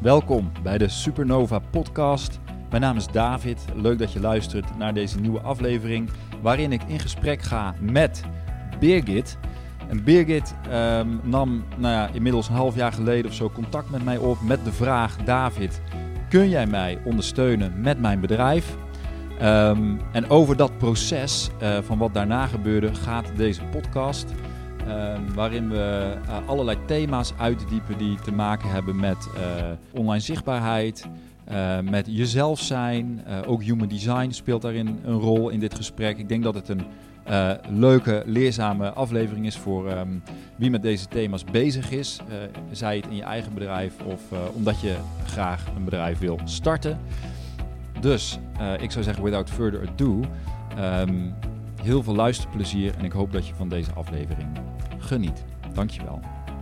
Welkom bij de Supernova podcast. Mijn naam is David. Leuk dat je luistert naar deze nieuwe aflevering waarin ik in gesprek ga met Birgit. En Birgit nam inmiddels een half jaar geleden of zo contact met mij op met de vraag: David, kun jij mij ondersteunen met mijn bedrijf? En over dat proces van wat daarna gebeurde gaat deze podcast. Waarin we allerlei thema's uitdiepen die te maken hebben met online zichtbaarheid, met jezelf zijn. Ook human design speelt daarin een rol in dit gesprek. Ik denk dat het een leuke, leerzame aflevering is voor wie met deze thema's bezig is. Zij het in je eigen bedrijf of omdat je graag een bedrijf wil starten. Dus ik zou zeggen, without further ado, heel veel luisterplezier en ik hoop dat je van deze aflevering geniet. Dankjewel.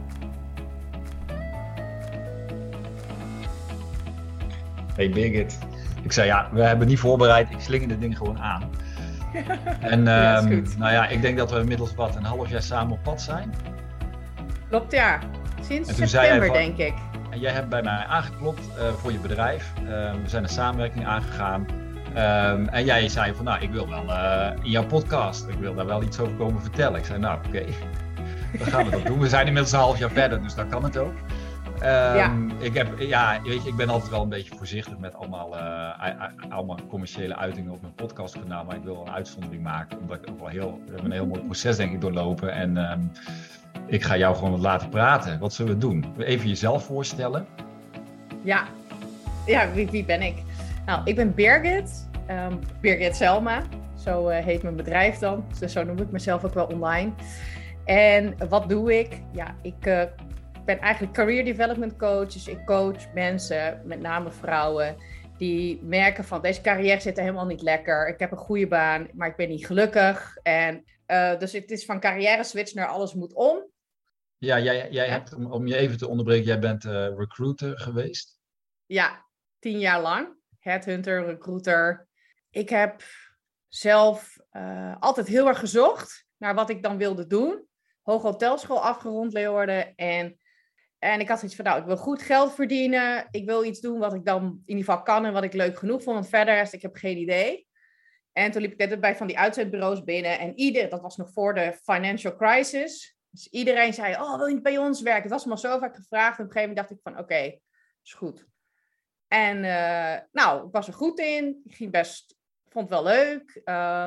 Hey Birgit, ik zei we hebben niet voorbereid, ik slinger dit ding gewoon aan. En ik denk dat we inmiddels een half jaar samen op pad zijn. Klopt, ja. Sinds september denk ik. En jij hebt bij mij aangeklopt voor je bedrijf. We zijn een samenwerking aangegaan. En jij zei van, ik wil wel in jouw podcast, ik wil daar wel iets over komen vertellen. Ik zei, oké, dan gaan we dat doen. We zijn inmiddels een half jaar verder, dus dan kan het ook. Ik ben altijd wel een beetje voorzichtig met allemaal commerciële uitingen op mijn podcastkanaal, maar ik wil een uitzondering maken, omdat ik ook wel een heel mooi proces denk ik doorlopen. En ik ga jou gewoon wat laten praten. Wat zullen we doen? Even jezelf voorstellen. Ja, wie ben ik? Nou, ik ben Birgit. Birgit Selma. Zo heet mijn bedrijf dan. Dus zo noem ik mezelf ook wel online. En wat doe ik? Ja, ik ben eigenlijk career development coach. Dus ik coach mensen, met name vrouwen, die merken van deze carrière zit er helemaal niet lekker. Ik heb een goede baan, maar ik ben niet gelukkig. En dus het is van carrière switch naar alles moet om. Ja, jij hebt, om je even te onderbreken, jij bent recruiter geweest. Ja, 10 jaar lang. Headhunter, recruiter. Ik heb zelf altijd heel erg gezocht naar wat ik dan wilde doen. Hoge hotelschool afgerond, Leeuwarden. En ik had zoiets van, ik wil goed geld verdienen. Ik wil iets doen wat ik dan in ieder geval kan en wat ik leuk genoeg vond. Want verder, ik heb geen idee. En toen liep ik net bij van die uitzendbureaus binnen. En dat was nog voor de financial crisis. Dus iedereen zei, wil je niet bij ons werken? Het was me zo vaak gevraagd. En op een gegeven moment dacht ik van, oké, is goed. En ik was er goed in. Ik vond het wel leuk.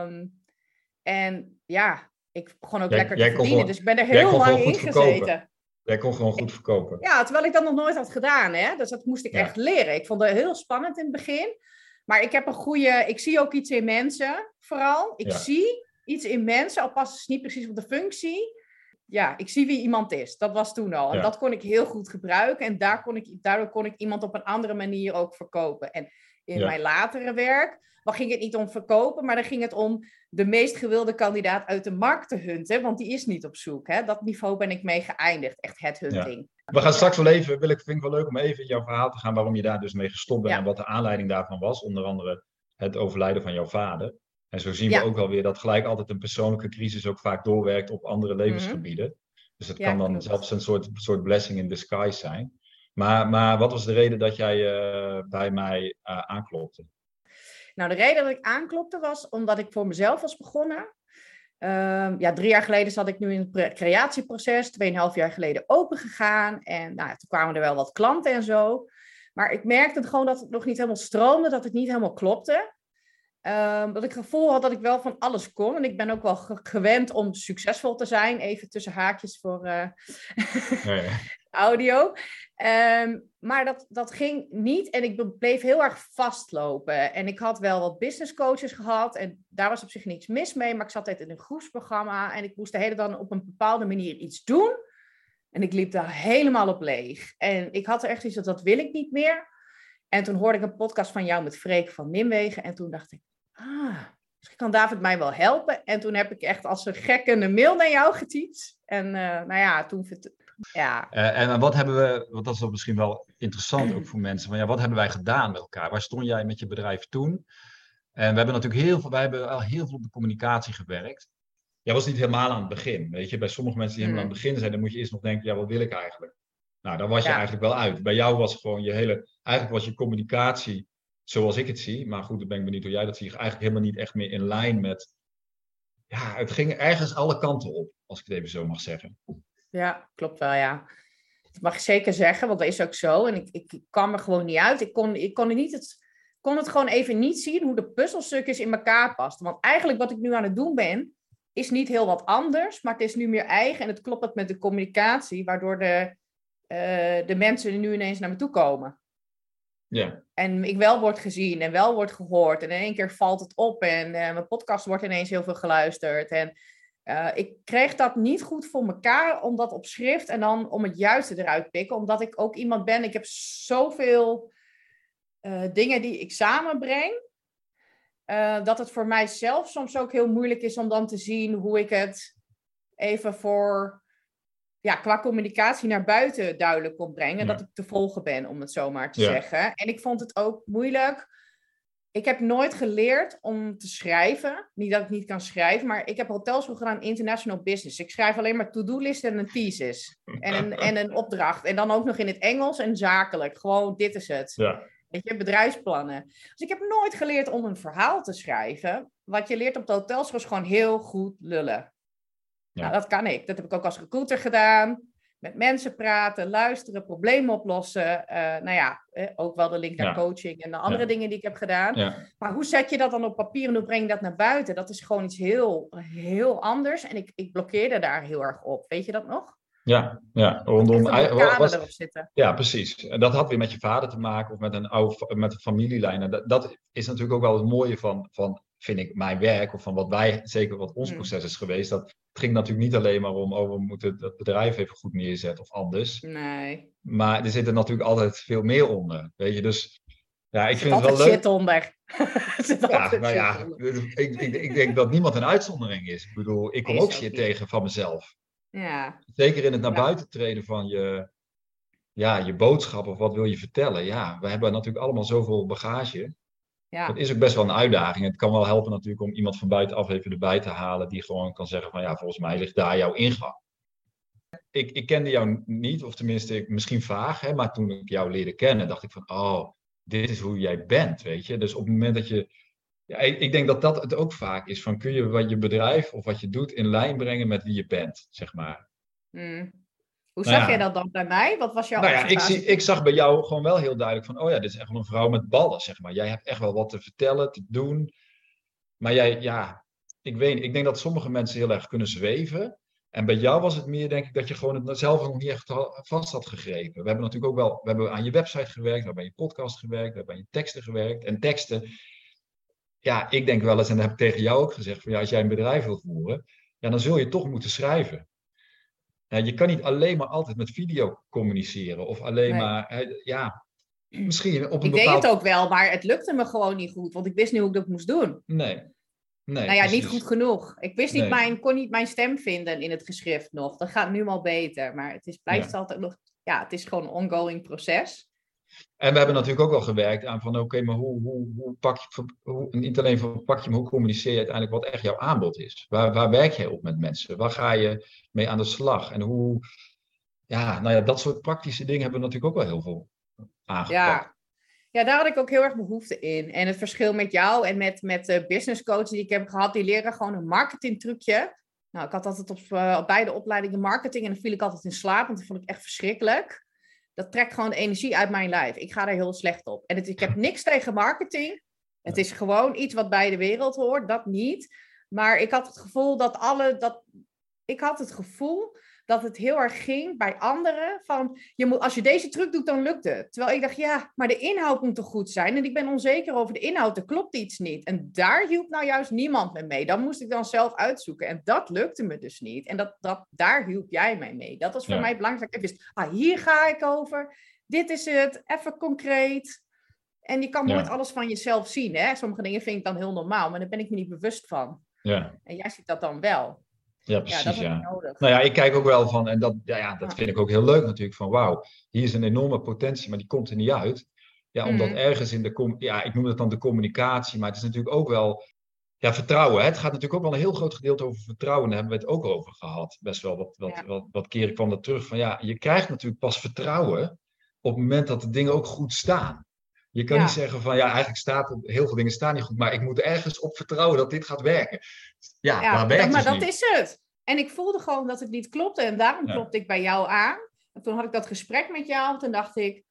Ik begon ook lekker te verdienen. Dus ik ben er heel lang in gezeten. Jij kon gewoon goed verkopen. Ja, terwijl ik dat nog nooit had gedaan. Hè? Dus dat moest ik echt leren. Ik vond het heel spannend in het begin. Maar ik heb ik zie ook iets in mensen, vooral. Ik zie iets in mensen, al past het niet precies op de functie. Ja, ik zie wie iemand is. Dat was toen al. En dat kon ik heel goed gebruiken. En daardoor kon ik iemand op een andere manier ook verkopen. En in mijn latere werk, dan ging het niet om verkopen, maar dan ging het om de meest gewilde kandidaat uit de markt te hunten. Want die is niet op zoek. Hè? Dat niveau ben ik mee geëindigd. Echt headhunting. Ja. We gaan straks wel even, vind ik wel leuk om even in jouw verhaal te gaan, waarom je daar dus mee gestopt bent en wat de aanleiding daarvan was. Onder andere het overlijden van jouw vader. En zo zien we ook wel weer dat gelijk altijd een persoonlijke crisis ook vaak doorwerkt op andere levensgebieden. Dus het kan dan zelfs een soort blessing in disguise zijn. Maar wat was de reden dat jij bij mij aanklopte? Nou, de reden dat ik aanklopte was omdat ik voor mezelf was begonnen. 3 jaar geleden zat ik nu in het creatieproces. 2,5 jaar geleden open gegaan. En toen kwamen er wel wat klanten en zo. Maar ik merkte gewoon dat het nog niet helemaal stroomde. Dat het niet helemaal klopte. Dat ik het gevoel had dat ik wel van alles kon. En ik ben ook wel gewend om succesvol te zijn. Even tussen haakjes voor audio. Maar dat ging niet. En ik bleef heel erg vastlopen. En ik had wel wat business coaches gehad. En daar was op zich niks mis mee. Maar ik zat in een groepsprogramma. En ik moest de hele dag op een bepaalde manier iets doen. En ik liep daar helemaal op leeg. En ik had er echt iets dat wil ik niet meer. En toen hoorde ik een podcast van jou met Freek van Nimwegen. En toen dacht ik, misschien kan David mij wel helpen. En toen heb ik echt als een gekke een mail naar jou getypt. En toen... Ja. En wat hebben we, want dat is misschien wel interessant ook voor mensen, wat hebben wij gedaan met elkaar? Waar stond jij met je bedrijf toen? En we hebben natuurlijk al heel veel op de communicatie gewerkt. Jij was niet helemaal aan het begin, weet je. Bij sommige mensen die helemaal aan het begin zijn, dan moet je eerst nog denken, wat wil ik eigenlijk? Nou, dan was je eigenlijk wel uit. Bij jou was gewoon eigenlijk was je communicatie, zoals ik het zie, maar goed, dan ben ik benieuwd hoe jij dat ziet, eigenlijk helemaal niet echt meer in lijn met, ja, het ging ergens alle kanten op, als ik het even zo mag zeggen. Ja, klopt wel, ja. Dat mag ik zeker zeggen, want dat is ook zo. En ik kwam er gewoon niet uit. Ik kon het gewoon even niet zien hoe de puzzelstukjes in elkaar pasten. Want eigenlijk wat ik nu aan het doen ben, is niet heel wat anders, maar het is nu meer eigen en het klopt ook met de communicatie, waardoor de mensen nu ineens naar me toe komen. Ja. En ik wel word gezien en wel word gehoord. En in één keer valt het op en mijn podcast wordt ineens heel veel geluisterd. En ik kreeg dat niet goed voor elkaar om dat op schrift en dan om het juiste eruit te pikken. Omdat ik ook iemand ben, ik heb zoveel dingen die ik samenbreng. Dat het voor mij zelf soms ook heel moeilijk is om dan te zien hoe ik het even qua communicatie naar buiten duidelijk kon brengen. Dat ik te volgen ben, om het zo maar te zeggen. En ik vond het ook moeilijk. Ik heb nooit geleerd om te schrijven. Niet dat ik niet kan schrijven, maar ik heb hotelschool gedaan international business. Ik schrijf alleen maar to-do-listen en een thesis. En een opdracht. En dan ook nog in het Engels en zakelijk. Gewoon, dit is het. Ja. Weet je, bedrijfsplannen. Dus ik heb nooit geleerd om een verhaal te schrijven. Wat je leert op de hotelschool is gewoon heel goed lullen. Ja. Nou, dat kan ik. Dat heb ik ook als recruiter gedaan. Met mensen praten, luisteren, problemen oplossen. Ook wel de link naar coaching en de andere dingen die ik heb gedaan. Ja. Maar hoe zet je dat dan op papier en hoe breng je dat naar buiten? Dat is gewoon iets heel, heel anders. En ik blokkeerde daar heel erg op. Weet je dat nog? Ja. Rondom erop zitten. Ja, precies. En dat had weer met je vader te maken of met een familielijn. En dat is natuurlijk ook wel het mooie van vind ik, mijn werk of van wat ons proces is geweest. Dat het ging natuurlijk niet alleen maar om, we moeten het bedrijf even goed neerzetten of anders. Nee. Maar er zit er natuurlijk altijd veel meer onder. Weet je, dus ja, ik vind het wel leuk. Shit onder. Ik denk dat niemand een uitzondering is. Ik bedoel, ik kom ook shit tegen van mezelf. Ja. Zeker in het naar buiten treden van je boodschap of wat wil je vertellen. Ja, we hebben natuurlijk allemaal zoveel bagage. Ja. Dat is ook best wel een uitdaging. Het kan wel helpen natuurlijk om iemand van buitenaf even erbij te halen die gewoon kan zeggen van ja, volgens mij ligt daar jouw ingang. Ik kende jou niet, of tenminste misschien vaag, hè, maar toen ik jou leerde kennen dacht ik van dit is hoe jij bent, weet je. Dus op het moment dat je... Ja, ik denk dat het ook vaak is van kun je wat je bedrijf of wat je doet in lijn brengen met wie je bent, zeg maar. Hoe zag jij dat dan bij mij? Wat was jouw observatie? Ik zag bij jou gewoon wel heel duidelijk van, dit is echt wel een vrouw met ballen, zeg maar. Jij hebt echt wel wat te vertellen, te doen. Maar ik denk dat sommige mensen heel erg kunnen zweven. En bij jou was het meer, denk ik, dat je gewoon het zelf nog niet echt vast had gegrepen. We hebben natuurlijk ook wel, we hebben aan je website gewerkt, we hebben aan je podcast gewerkt, we hebben aan je teksten gewerkt. En teksten, ja, ik denk wel eens, en dat heb ik tegen jou ook gezegd, van als jij een bedrijf wil voeren, dan zul je toch moeten schrijven. Je kan niet alleen maar altijd met video communiceren. Of alleen maar, misschien op een Ik deed het ook wel, maar het lukte me gewoon niet goed. Want ik wist niet hoe ik dat moest doen. Nee, niet goed genoeg. Ik wist niet, kon niet mijn stem vinden in het geschrift nog. Dat gaat nu al beter. Maar het blijft altijd nog... Ja, het is gewoon een ongoing proces. En we hebben natuurlijk ook wel gewerkt aan van maar hoe pak je, niet alleen van pak je, maar hoe communiceer je uiteindelijk wat echt jouw aanbod is? Waar werk jij op met mensen? Waar ga je mee aan de slag? En dat soort praktische dingen hebben we natuurlijk ook wel heel veel aangepakt. Ja, daar had ik ook heel erg behoefte in. En het verschil met jou en met de business coaches die ik heb gehad, die leren gewoon een marketingtrucje. Nou, ik had altijd op beide opleidingen marketing en dan viel ik altijd in slaap, want dat vond ik echt verschrikkelijk. Dat trekt gewoon de energie uit mijn lijf. Ik ga daar heel slecht op. En ik heb niks tegen marketing. Het is gewoon iets wat bij de wereld hoort. Dat niet. Maar ik had het gevoel dat het heel erg ging bij anderen. Van, als je deze truc doet, dan lukt het. Terwijl ik dacht, maar de inhoud moet toch goed zijn. En ik ben onzeker over de inhoud. Er klopt iets niet. En daar hielp nou juist niemand me mee. Dat moest ik dan zelf uitzoeken. En dat lukte me dus niet. En daar hielp jij mij mee. Dat was voor mij belangrijk. Ik wist, hier ga ik over. Dit is het. Even concreet. En je kan nooit alles van jezelf zien. Hè? Sommige dingen vind ik dan heel normaal. Maar daar ben ik me niet bewust van. Ja. En jij ziet dat dan wel. Ja, precies, nodig. Nou ja, ik kijk ook wel van, en dat vind ik ook heel leuk natuurlijk, van wauw, hier is een enorme potentie, maar die komt er niet uit. Ja, omdat ergens in ik noem het dan de communicatie, maar het is natuurlijk ook wel, vertrouwen. Hè? Het gaat natuurlijk ook wel een heel groot gedeelte over vertrouwen. Daar hebben we het ook over gehad. Best wel wat keren kwam dat terug. Van je krijgt natuurlijk pas vertrouwen op het moment dat de dingen ook goed staan. Je kan niet zeggen van, eigenlijk heel veel dingen staan niet goed, maar ik moet ergens op vertrouwen dat dit gaat werken. Maar dat is het. En ik voelde gewoon dat het niet klopte en daarom klopte ik bij jou aan. En toen had ik dat gesprek met jou en toen dacht ik,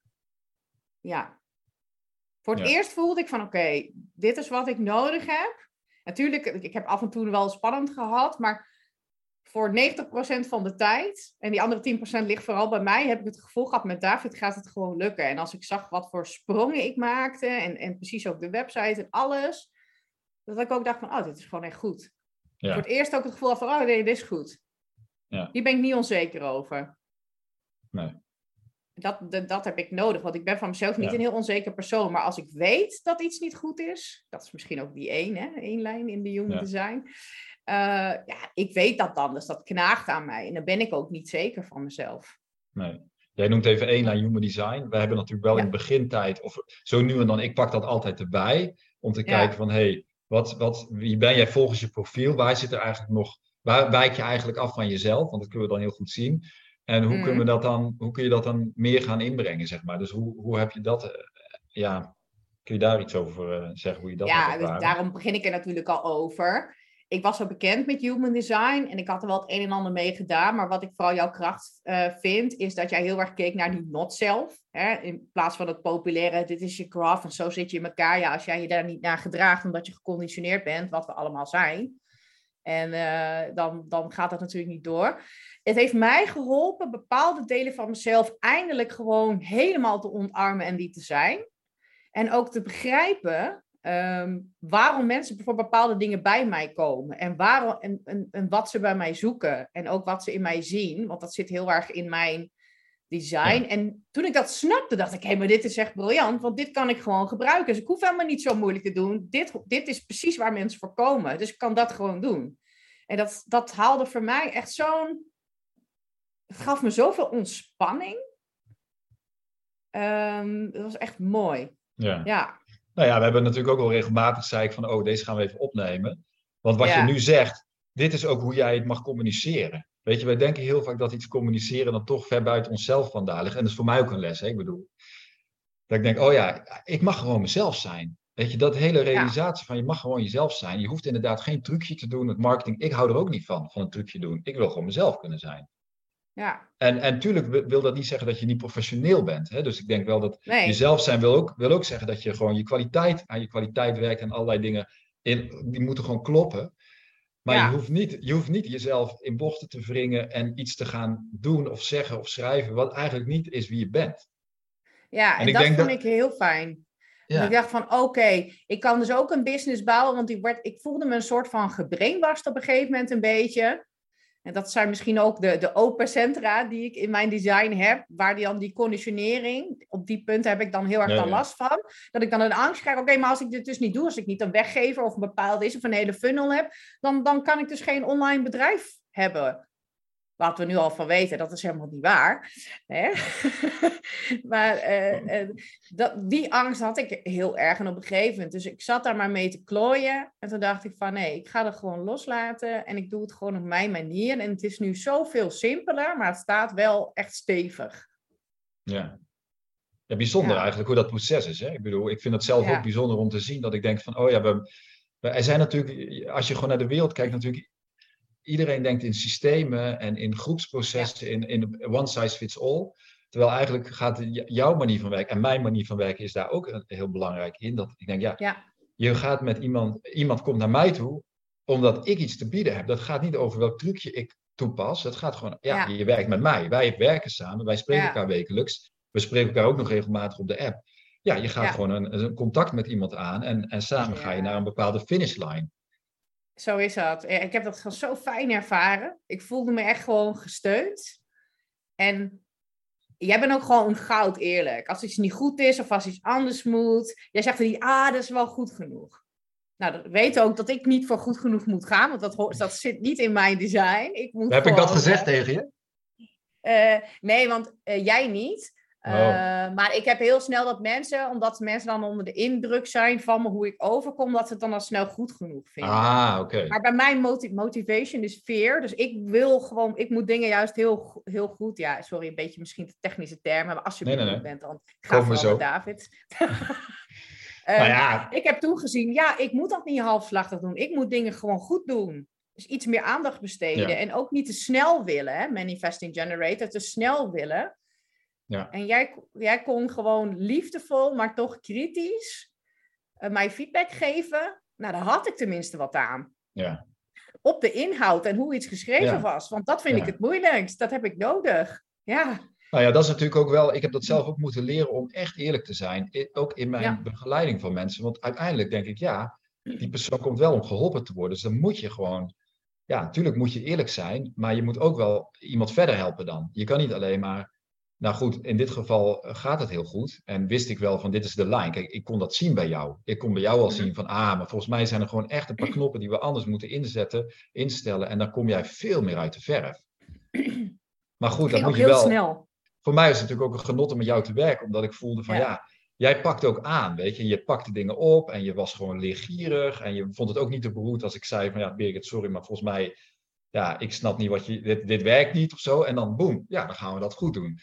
voor het eerst voelde ik van, oké, dit is wat ik nodig heb. Natuurlijk, ik heb af en toe wel spannend gehad, maar voor 90% van de tijd, en die andere 10% ligt vooral bij mij, heb ik het gevoel gehad, met David gaat het gewoon lukken. En als ik zag wat voor sprongen ik maakte, en precies ook de website en alles, dat ik ook dacht van, dit is gewoon echt goed. Ja. Voor het eerst ook het gevoel van, nee, dit is goed. Ja. Hier ben ik niet onzeker over. Nee. Dat heb ik nodig, want ik ben van mezelf niet een heel onzeker persoon. Maar als ik weet dat iets niet goed is, dat is misschien ook die één lijn in de Human Design. Ik weet dat dan, dus dat knaagt aan mij. En dan ben ik ook niet zeker van mezelf. Nee. Jij noemt even 1 lijn Human Design. We hebben natuurlijk wel in de begintijd, of zo nu en dan, ik pak dat altijd erbij, om te kijken van, wie ben jij volgens je profiel? Waar zit er eigenlijk nog, waar wijk je eigenlijk af van jezelf? Want dat kunnen we dan heel goed zien. En hoe kun je dat dan meer gaan inbrengen, zeg maar? Dus hoe heb je dat, kun je daar iets over zeggen, hoe je dat hebt ervaren? Daarom begin ik er natuurlijk al over. Ik was zo bekend met Human Design en ik had er wel het een en ander mee gedaan. Maar wat ik vooral jouw kracht vind, is dat jij heel erg keek naar die not self. Hè? In plaats van het populaire, dit is je graph en zo zit je in elkaar. Ja, als jij je daar niet naar gedraagt omdat je geconditioneerd bent, wat we allemaal zijn. En dan gaat dat natuurlijk niet door. Het heeft mij geholpen bepaalde delen van mezelf eindelijk gewoon helemaal te omarmen en die te zijn. En ook te begrijpen waarom mensen voor bepaalde dingen bij mij komen. En, en wat ze bij mij zoeken. En ook wat ze in mij zien. Want dat zit heel erg in mijn design. Ja. En toen ik dat snapte, dacht ik, maar dit is echt briljant. Want dit kan ik gewoon gebruiken. Dus ik hoef helemaal niet zo moeilijk te doen. Dit is precies waar mensen voor komen. Dus ik kan dat gewoon doen. En dat haalde voor mij echt het gaf me zoveel ontspanning. Dat was echt mooi. Ja. Nou ja, we hebben natuurlijk ook wel regelmatig zei ik van, deze gaan we even opnemen. Want wat je nu zegt, dit is ook hoe jij het mag communiceren. Weet je, wij denken heel vaak dat iets communiceren dan toch ver buiten onszelf vandaan ligt. En dat is voor mij ook een les, hè? Ik bedoel. Dat ik denk, ik mag gewoon mezelf zijn. Weet je, dat hele realisatie van je mag gewoon jezelf zijn. Je hoeft inderdaad geen trucje te doen met marketing. Ik hou er ook niet van een trucje doen. Ik wil gewoon mezelf kunnen zijn. Ja. En natuurlijk wil dat niet zeggen dat je niet professioneel bent. Hè? Dus ik denk wel dat jezelf zijn wil ook zeggen dat je gewoon aan je kwaliteit werkt en allerlei dingen. Die moeten gewoon kloppen. Maar je hoeft niet jezelf in bochten te wringen en iets te gaan doen of zeggen of schrijven wat eigenlijk niet is wie je bent. Ja, en dat vond ik heel fijn. Ja. Dus ik dacht van, ik kan dus ook een business bouwen, want ik voelde me een soort van gebrainwashed op een gegeven moment een beetje. En dat zijn misschien ook de open centra die ik in mijn design heb, waar die conditionering, op die punten heb ik dan heel erg last van. Dat ik dan een angst krijg, maar als ik dit dus niet doe, als ik niet een weggever of een bepaald is of een hele funnel heb, dan kan ik dus geen online bedrijf hebben. Wat we nu al van weten, dat is helemaal niet waar. Hè? Maar die angst had ik heel erg en op een gegeven moment. Dus ik zat daar maar mee te klooien. En toen dacht ik van ik ga dat gewoon loslaten. En ik doe het gewoon op mijn manier. En het is nu zoveel simpeler, maar het staat wel echt stevig. Ja, bijzonder eigenlijk hoe dat proces is. Hè? Ik bedoel, ik vind het zelf ook bijzonder om te zien dat ik denk van, er zijn natuurlijk, als je gewoon naar de wereld kijkt natuurlijk... Iedereen denkt in systemen en in groepsprocessen, in one size fits all. Terwijl eigenlijk gaat jouw manier van werken en mijn manier van werken is daar ook heel belangrijk in. Dat ik denk, je gaat met iemand komt naar mij toe omdat ik iets te bieden heb. Dat gaat niet over welk trucje ik toepas. Het gaat gewoon, je werkt met mij. Wij werken samen, wij spreken elkaar wekelijks. We spreken elkaar ook nog regelmatig op de app. Ja, je gaat gewoon een contact met iemand aan en samen ga je naar een bepaalde finishlijn. Zo is dat. Ik heb dat gewoon zo fijn ervaren. Ik voelde me echt gewoon gesteund. En jij bent ook gewoon goud eerlijk. Als iets niet goed is of als iets anders moet. Jij zegt niet, dat is wel goed genoeg. Nou, dat weet ook dat ik niet voor goed genoeg moet gaan. Want dat zit niet in mijn design. Heb ik dat gezegd tegen je? Nee, want jij niet. Maar ik heb heel snel dat mensen, omdat mensen dan onder de indruk zijn van me, hoe ik overkom, dat ze het dan al snel goed genoeg vinden. Oké. Maar bij mij motivation is fear. Dus ik moet dingen juist heel, heel goed. Ja, sorry, een beetje misschien te technische termen. Maar als je benieuwd bent, dan ga vooral met David. Ik heb toen gezien, ik moet dat niet halfslachtig doen. Ik moet dingen gewoon goed doen. Dus iets meer aandacht besteden. Ja. En ook niet te snel willen, hè? Manifesting generator, te snel willen. Ja. En jij kon gewoon liefdevol, maar toch kritisch mij feedback geven. Nou, daar had ik tenminste wat aan. Ja. Op de inhoud en hoe iets geschreven was. Want dat vind ik het moeilijkst. Dat heb ik nodig. Ja. Nou ja, dat is natuurlijk ook wel... Ik heb dat zelf ook moeten leren om echt eerlijk te zijn. Ook in mijn begeleiding van mensen. Want uiteindelijk denk ik, die persoon komt wel om geholpen te worden. Dus dan moet je gewoon... Ja, natuurlijk moet je eerlijk zijn. Maar je moet ook wel iemand verder helpen dan. Je kan niet alleen maar... Nou goed, in dit geval gaat het heel goed. En wist ik wel van dit is de lijn. Kijk, ik kon dat zien bij jou. Ik kon bij jou al zien van maar volgens mij zijn er gewoon echt een paar knoppen die we anders moeten instellen. En dan kom jij veel meer uit de verf. Maar goed, dat moet je wel... Snel. Voor mij is het natuurlijk ook een genot om met jou te werken. Omdat ik voelde van jij pakt ook aan, weet je. Je pakte dingen op en je was gewoon leergierig. En je vond het ook niet te beroerd als ik zei van Birgit, sorry, maar volgens mij... Ja, ik snap niet wat je... Dit werkt niet of zo. En dan boem, dan gaan we dat goed doen.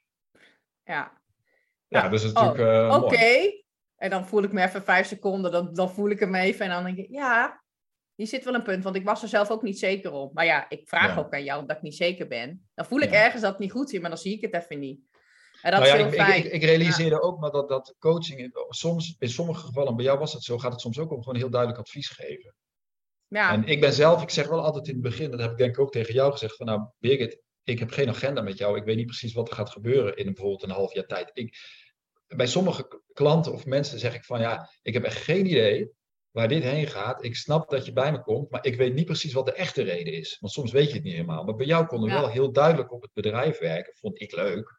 Ja, dus het is natuurlijk Oké. En dan voel ik me even 5 seconden, dan voel ik hem even en dan denk ik, hier zit wel een punt, want ik was er zelf ook niet zeker op. Maar ik vraag ook aan jou omdat ik niet zeker ben. Dan voel ik ergens dat het niet goed zit, maar dan zie ik het even niet. En dat is heel fijn. Ik realiseerde ook maar dat coaching, soms, in sommige gevallen, bij jou was het zo, gaat het soms ook om gewoon heel duidelijk advies geven. Ja. En ik zeg wel altijd in het begin, dat heb ik denk ik ook tegen jou gezegd, van Birgit, ik heb geen agenda met jou. Ik weet niet precies wat er gaat gebeuren in bijvoorbeeld een half jaar tijd. Bij sommige klanten of mensen zeg ik van ik heb echt geen idee waar dit heen gaat. Ik snap dat je bij me komt, maar ik weet niet precies wat de echte reden is. Want soms weet je het niet helemaal. Maar bij jou konden we wel heel duidelijk op het bedrijf werken. Vond ik leuk.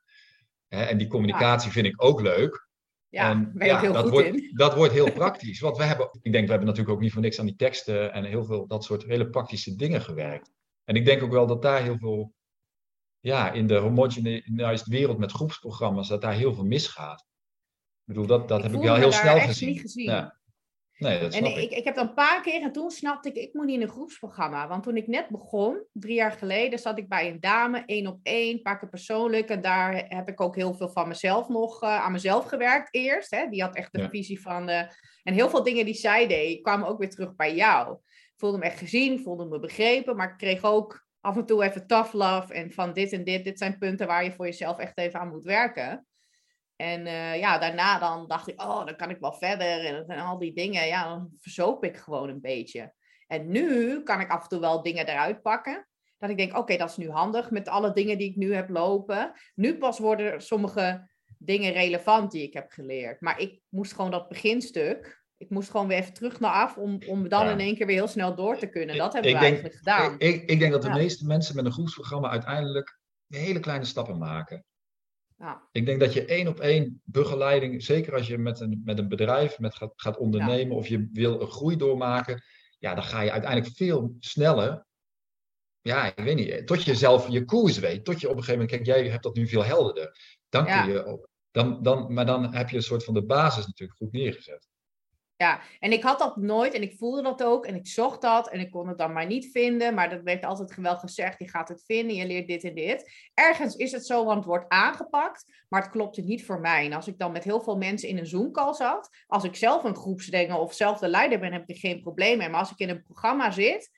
En die communicatie vind ik ook leuk. Ja, en, ben je ook heel goed in. Dat wordt heel praktisch. Want we hebben natuurlijk ook niet voor niks aan die teksten en heel veel dat soort hele praktische dingen gewerkt. En ik denk ook wel dat daar heel veel... in de homogenized wereld met groepsprogramma's, dat daar heel veel misgaat. Ik bedoel, dat heb ik wel heel snel gezien. Niet gezien. Ja. Nee, dat snap ik heb dan een paar keer en toen snapte ik moet niet in een groepsprogramma. Want toen ik net begon, 3 jaar geleden, zat ik bij een dame, 1-op-1, een paar keer persoonlijk. En daar heb ik ook heel veel van mezelf nog aan mezelf gewerkt eerst. Hè. Die had echt de visie van... en heel veel dingen die zij deed, kwamen ook weer terug bij jou. Ik voelde me echt gezien, voelde me begrepen, maar ik kreeg ook af en toe even tough love en van dit en dit zijn punten waar je voor jezelf echt even aan moet werken. En daarna dan dacht ik, dan kan ik wel verder en al die dingen, dan verzoop ik gewoon een beetje. En nu kan ik af en toe wel dingen eruit pakken. Dat ik denk, oké, dat is nu handig met alle dingen die ik nu heb lopen. Nu pas worden sommige dingen relevant die ik heb geleerd. Maar ik moest gewoon dat beginstuk... Ik moest gewoon weer even terug naar af om dan in één keer weer heel snel door te kunnen. Dat hebben we eigenlijk gedaan. Ik denk dat de meeste mensen met een groepsprogramma uiteindelijk hele kleine stappen maken. Ja. Ik denk dat je 1-op-1 begeleiding, zeker als je met een bedrijf gaat ondernemen of je wil een groei doormaken, dan ga je uiteindelijk veel sneller. Ja, ik weet niet, tot je zelf je koers weet. Tot je op een gegeven moment, kijk, jij hebt dat nu veel helderder. Dan kun je maar dan heb je een soort van de basis natuurlijk goed neergezet. Ja, en ik had dat nooit en ik voelde dat ook en ik zocht dat en ik kon het dan maar niet vinden. Maar dat werd altijd wel gezegd, je gaat het vinden, je leert dit en dit. Ergens is het zo, want het wordt aangepakt, maar het klopte niet voor mij. En als ik dan met heel veel mensen in een Zoom-call zat, als ik zelf een groepsdingen of zelf de leider ben, heb ik er geen probleem mee. Maar als ik in een programma zit,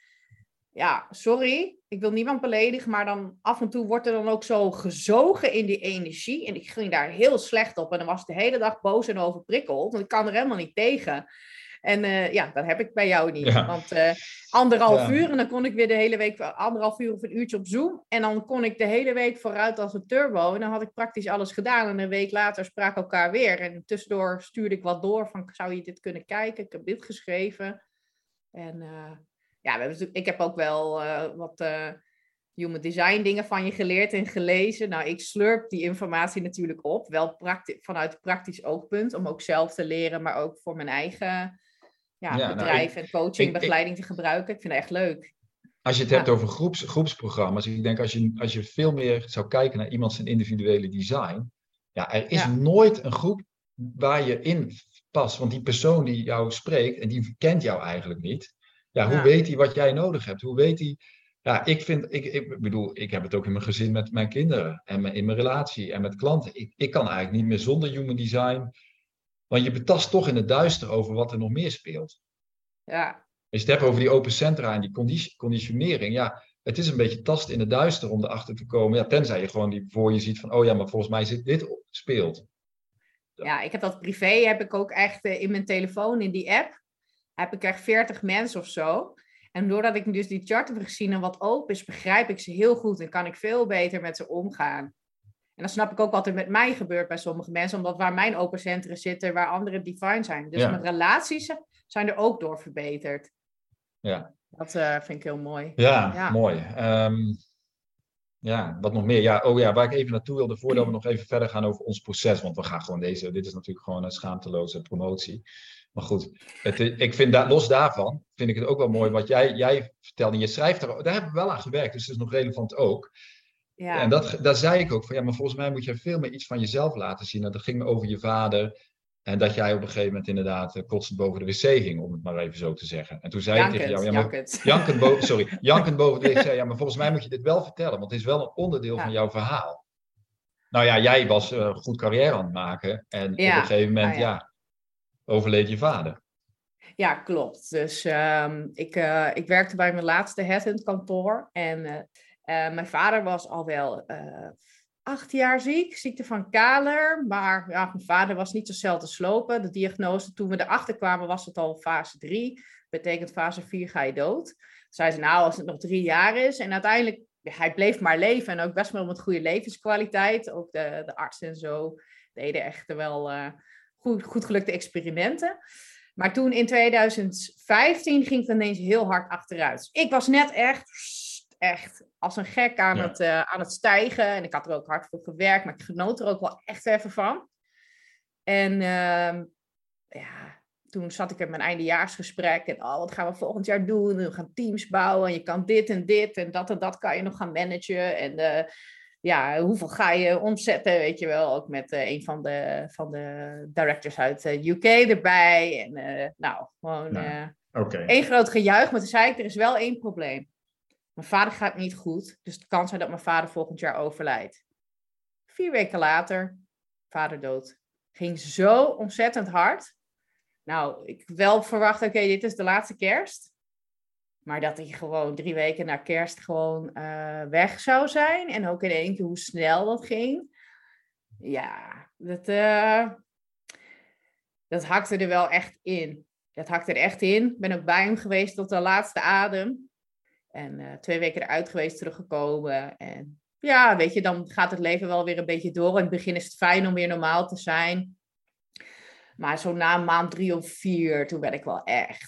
sorry, ik wil niemand beledigen, maar dan af en toe wordt er dan ook zo gezogen in die energie. En ik ging daar heel slecht op. En dan was ik de hele dag boos en overprikkeld, want ik kan er helemaal niet tegen. En dat heb ik bij jou niet. Ja. Want 1,5 uur en dan kon ik weer de hele week 1,5 uur of een uurtje op Zoom. En dan kon ik de hele week vooruit als een turbo. En dan had ik praktisch alles gedaan. En een week later spraken we elkaar weer. En tussendoor stuurde ik wat door van, zou je dit kunnen kijken? Ik heb dit geschreven. En... ik heb ook wel wat human design dingen van je geleerd en gelezen. Nou, ik slurp die informatie natuurlijk op. Wel vanuit praktisch oogpunt. Om ook zelf te leren, maar ook voor mijn eigen bedrijf en coaching, begeleiding te gebruiken. Ik vind het echt leuk. Als je het hebt over groepsprogramma's. Ik denk als je veel meer zou kijken naar iemand zijn individuele design. Ja, er is nooit een groep waar je in past. Want die persoon die jou spreekt, en die kent jou eigenlijk niet. Ja, hoe weet hij wat jij nodig hebt? Hoe weet hij... Ja, ik bedoel, ik heb het ook in mijn gezin met mijn kinderen. En in mijn relatie en met klanten. Ik kan eigenlijk niet meer zonder human design. Want je betast toch in het duister over wat er nog meer speelt. Ja. Als je het hebt over die open centra en die conditionering. Ja, het is een beetje tasten in het duister om erachter te komen. Ja, tenzij je gewoon die voor je ziet van, oh ja, maar volgens mij zit dit speelt. Ja, ik heb dat privé, heb ik ook echt in mijn telefoon, in die app. Heb ik echt 40 mensen of zo. En doordat ik dus die chart heb gezien en wat open is, begrijp ik ze heel goed. En kan ik veel beter met ze omgaan. En dan snap ik ook wat er met mij gebeurt bij sommige mensen. Omdat waar mijn open centra zitten, waar andere divine zijn. Dus mijn relaties zijn er ook door verbeterd. Ja. Dat vind ik heel mooi. Ja. Mooi. Ja, wat nog meer? Ja, waar ik even naartoe wilde, voordat we nog even verder gaan over ons proces. Want we gaan gewoon dit is natuurlijk gewoon een schaamteloze promotie. Maar goed, ik vind los daarvan, vind ik het ook wel mooi wat jij vertelde. Je schrijft daar hebben we wel aan gewerkt, dus dat is nog relevant ook. Ja. En daar zei ik ook van, ja, maar volgens mij moet je veel meer iets van jezelf laten zien. En dat ging over je vader. En dat jij op een gegeven moment inderdaad kotsend boven de wc ging, om het maar even zo te zeggen. En toen zei ik tegen jou, jankend boven de wc. Ja, maar volgens mij moet je dit wel vertellen, want het is wel een onderdeel van jouw verhaal. Nou ja, jij was goed carrière aan het maken. En op een gegeven moment, overleed je vader. Ja, klopt. Dus ik werkte bij mijn laatste headhunt kantoor. En mijn vader was al wel 8 jaar ziek, ziekte van Kaler. Maar mijn vader was niet zo snel te slopen. De diagnose, toen we erachter kwamen, was het al fase 3. Betekent fase 4 ga je dood. Zei ze, nou, als het nog 3 jaar is. En uiteindelijk, hij bleef maar leven. En ook best wel met goede levenskwaliteit. Ook de artsen en zo deden echt wel goed gelukte experimenten. Maar toen in 2015 ging het ineens heel hard achteruit. Ik was net echt als een gek aan het stijgen. En ik had er ook hard voor gewerkt, maar ik genoot er ook wel echt even van. En toen zat ik in mijn eindejaarsgesprek. En wat gaan we volgend jaar doen? We gaan teams bouwen. En je kan dit en dit en dat kan je nog gaan managen. En hoeveel ga je omzetten, weet je wel. Ook met een van de directors uit UK erbij. En gewoon één groot gejuich. Maar toen zei ik, er is wel 1 probleem. Mijn vader gaat niet goed, dus het kan zijn dat mijn vader volgend jaar overlijdt. 4 weken later, vader dood. Ging zo ontzettend hard. Nou, ik wel verwacht, oké, dit is de laatste kerst. Maar dat hij gewoon 3 weken na kerst gewoon weg zou zijn. En ook in één keer hoe snel dat ging. Ja, dat hakte er wel echt in. Dat hakte er echt in. Ik ben ook bij hem geweest tot de laatste adem. En 2 weken eruit geweest, teruggekomen. En ja, weet je, dan gaat het leven wel weer een beetje door. In het begin is het fijn om weer normaal te zijn. Maar zo na een maand 3 of 4, toen ben ik wel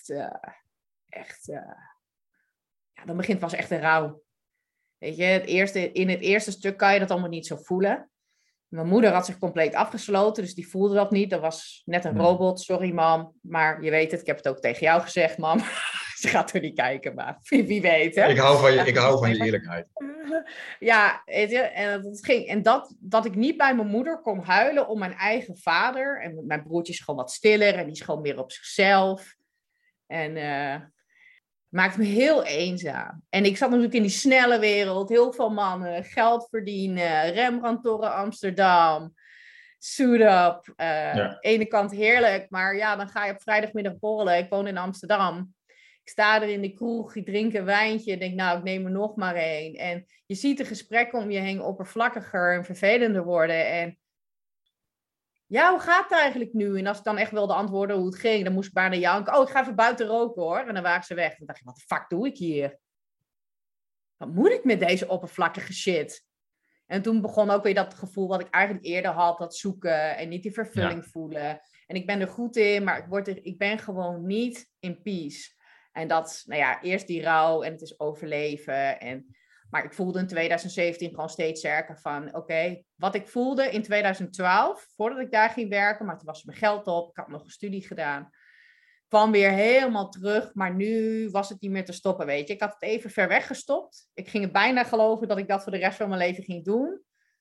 dan begint pas echt een rouw. Weet je, in het eerste stuk kan je dat allemaal niet zo voelen. Mijn moeder had zich compleet afgesloten, dus die voelde dat niet. Dat was net een robot, sorry mam. Maar je weet het, ik heb het ook tegen jou gezegd, mam. Ze gaat er niet kijken, maar wie weet. Hè? Ik hou van je eerlijkheid. Ja, weet je, en dat ik niet bij mijn moeder kon huilen om mijn eigen vader. En mijn broertje is gewoon wat stiller en die is gewoon meer op zichzelf. En maakt me heel eenzaam. En ik zat natuurlijk in die snelle wereld, heel veel mannen, geld verdienen, Rembrandtoren Amsterdam, suit up. Ene kant heerlijk, maar ja, dan ga je op vrijdagmiddag borrelen. Ik woon in Amsterdam. Ik sta er in de kroeg, ik drink een wijntje. Denk, nou, ik neem er nog maar 1. En je ziet de gesprekken om je heen oppervlakkiger en vervelender worden. En ja, hoe gaat het eigenlijk nu? En als ik dan echt wilde antwoorden hoe het ging, dan moest ik bijna janken. Oh, ik ga even buiten roken hoor. En dan waren ze weg. Dan dacht ik, wat de fuck doe ik hier? Wat moet ik met deze oppervlakkige shit? En toen begon ook weer dat gevoel wat ik eigenlijk eerder had. Dat zoeken en niet die vervulling voelen. En ik ben er goed in, maar ik ben gewoon niet in peace. En dat, eerst die rouw en het is overleven. Maar ik voelde in 2017 gewoon steeds sterker van, oké, wat ik voelde in 2012, voordat ik daar ging werken, maar toen was mijn geld op, ik had nog een studie gedaan, kwam weer helemaal terug, maar nu was het niet meer te stoppen, weet je. Ik had het even ver weg gestopt. Ik ging het bijna geloven dat ik dat voor de rest van mijn leven ging doen.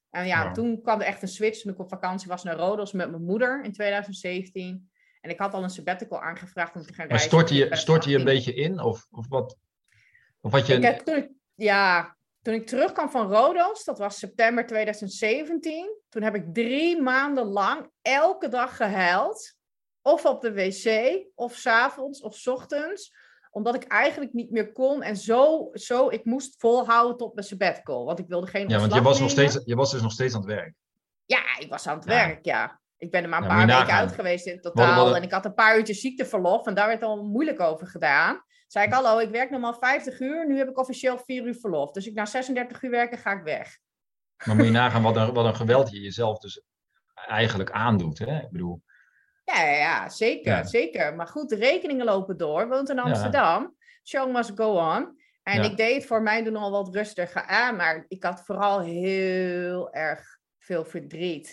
En toen kwam er echt een switch toen ik op vakantie was naar Rodos met mijn moeder in 2017. En ik had al een sabbatical aangevraagd om te gaan reizen. Maar stort je een beetje in? Of wat? Of wat je... Toen ik terugkwam van Rodos, dat was september 2017. Toen heb ik 3 maanden lang elke dag gehuild. Of op de wc, of 's avonds, of 's ochtends. Omdat ik eigenlijk niet meer kon. En ik moest volhouden tot mijn sabbatical. Want ik wilde geen ontslag want je was dus nog steeds aan het werk. Ja, ik was aan het werk, ja. Ik ben er maar een paar weken uit geweest in totaal. En ik had een paar uurtjes ziekteverlof. En daar werd al moeilijk over gedaan. Zei ik, hallo, ik werk normaal 50 uur. Nu heb ik officieel 4 uur verlof. Dus ik na 36 uur werken, ga ik weg. Maar moet je nagaan wat een geweld je jezelf dus eigenlijk aandoet. Hè? Ik bedoel... Ja, zeker. Maar goed, de rekeningen lopen door. Woont in Amsterdam. Show must go on. En ik deed het voor mij doen al wat rustiger aan. Maar ik had vooral heel erg veel verdriet.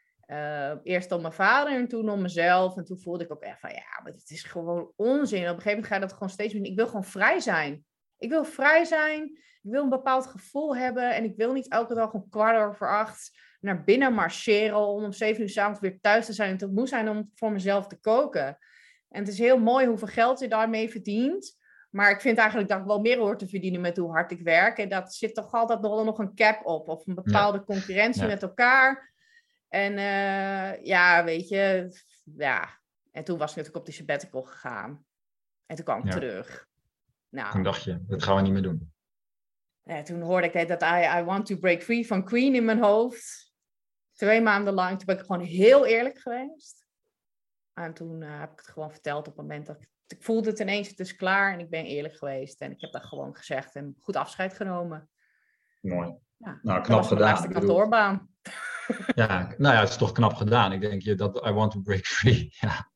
Eerst om mijn vader en toen om mezelf. En toen voelde ik ook echt van, maar het is gewoon onzin. Op een gegeven moment ga je dat gewoon steeds doen. Ik wil gewoon vrij zijn. Ik wil vrij zijn. Ik wil een bepaald gevoel hebben. En ik wil niet elke dag om 7:15 naar binnen marcheren om 7 uur 's avonds weer thuis te zijn en te moe zijn om voor mezelf te koken. En het is heel mooi hoeveel geld je daarmee verdient. Maar ik vind eigenlijk dat ik wel meer hoor te verdienen met hoe hard ik werk. En dat zit toch altijd nog een cap op. Of een bepaalde concurrentie met elkaar. En weet je. Ja. En toen was ik natuurlijk op die sabbatical gegaan. En toen kwam ik terug. Nou, toen dacht je, dat gaan we niet meer doen. Ja, toen hoorde ik dat I Want to Break Free van Queen in mijn hoofd. 2 maanden lang. Toen ben ik gewoon heel eerlijk geweest. En toen heb ik het gewoon verteld op het moment dat ik voelde het ineens, het is klaar. En ik ben eerlijk geweest. En ik heb dat gewoon gezegd en goed afscheid genomen. Mooi. Ja, nou, knap dat was gedaan. mijn laatste kantoorbaan. Het is toch knap gedaan. Ik denk dat I Want to Break Free.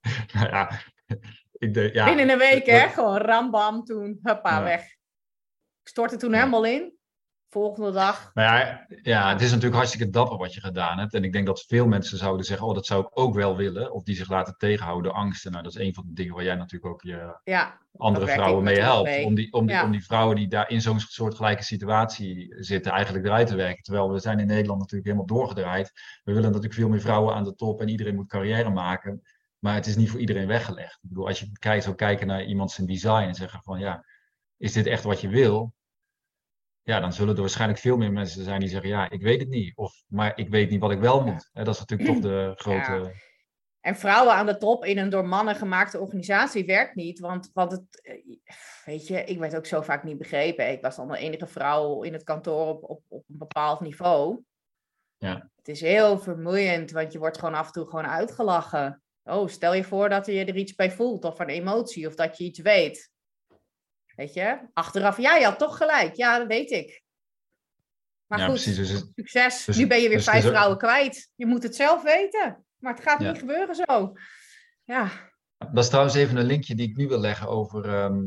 Binnen een week, gewoon rambam toen. Huppa, weg. Ik stortte toen helemaal in. Volgende dag. Maar het is natuurlijk hartstikke dapper wat je gedaan hebt. En ik denk dat veel mensen zouden zeggen, dat zou ik ook wel willen. Of die zich laten tegenhouden door angsten. Nou, dat is een van de dingen waar jij natuurlijk ook je andere vrouwen mee helpt. Om die vrouwen die daar in zo'n soortgelijke situatie zitten, eigenlijk eruit te werken. Terwijl we zijn in Nederland natuurlijk helemaal doorgedraaid. We willen natuurlijk veel meer vrouwen aan de top en iedereen moet carrière maken. Maar het is niet voor iedereen weggelegd. Ik bedoel, als je zou kijken naar iemand zijn design en zeggen van is dit echt wat je wil? Ja, dan zullen er waarschijnlijk veel meer mensen zijn die zeggen, ik weet het niet. Maar ik weet niet wat ik wel moet. Dat is natuurlijk toch de grote... Ja. En vrouwen aan de top in een door mannen gemaakte organisatie werkt niet. Want het, weet je, ik werd ook zo vaak niet begrepen. Ik was dan de enige vrouw in het kantoor op een bepaald niveau. Ja. Het is heel vermoeiend, want je wordt gewoon af en toe gewoon uitgelachen. Oh, stel je voor dat je er iets bij voelt of een emotie of dat je iets weet. Weet je, achteraf, je had toch gelijk. Ja, dat weet ik. Maar goed, precies, succes. Nu ben je weer 5 vrouwen kwijt. Je moet het zelf weten. Maar het gaat niet gebeuren zo. Ja. Dat is trouwens even een linkje die ik nu wil leggen over...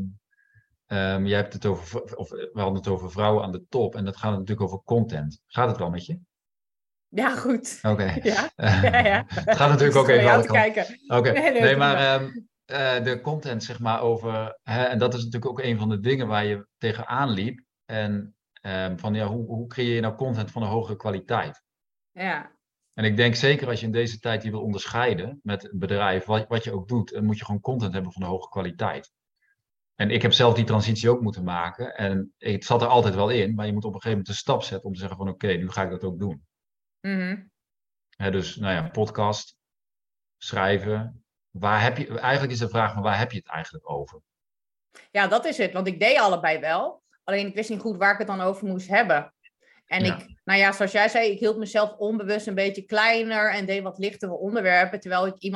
jij hebt het over... we hadden het over vrouwen aan de top. En dat gaat natuurlijk over content. Gaat het wel met je? Ja, goed. Oké. Ja. Het gaat natuurlijk ook even aan kijken. Oké. Nee, maar... de content, zeg maar, over... en dat is natuurlijk ook een van de dingen waar je tegenaan liep. En hoe creëer je nou content van een hogere kwaliteit? Ja. En ik denk zeker als je in deze tijd die wil onderscheiden met een bedrijf, wat je ook doet, dan moet je gewoon content hebben van een hoge kwaliteit. En ik heb zelf die transitie ook moeten maken. En het zat er altijd wel in, maar je moet op een gegeven moment een stap zetten om te zeggen van oké, nu ga ik dat ook doen. Mm-hmm. Dus, podcast, schrijven... Eigenlijk is de vraag van waar heb je het eigenlijk over? Ja, dat is het. Want ik deed allebei wel. Alleen ik wist niet goed waar ik het dan over moest hebben. En zoals jij zei, ik hield mezelf onbewust een beetje kleiner en deed wat lichtere onderwerpen. Terwijl ik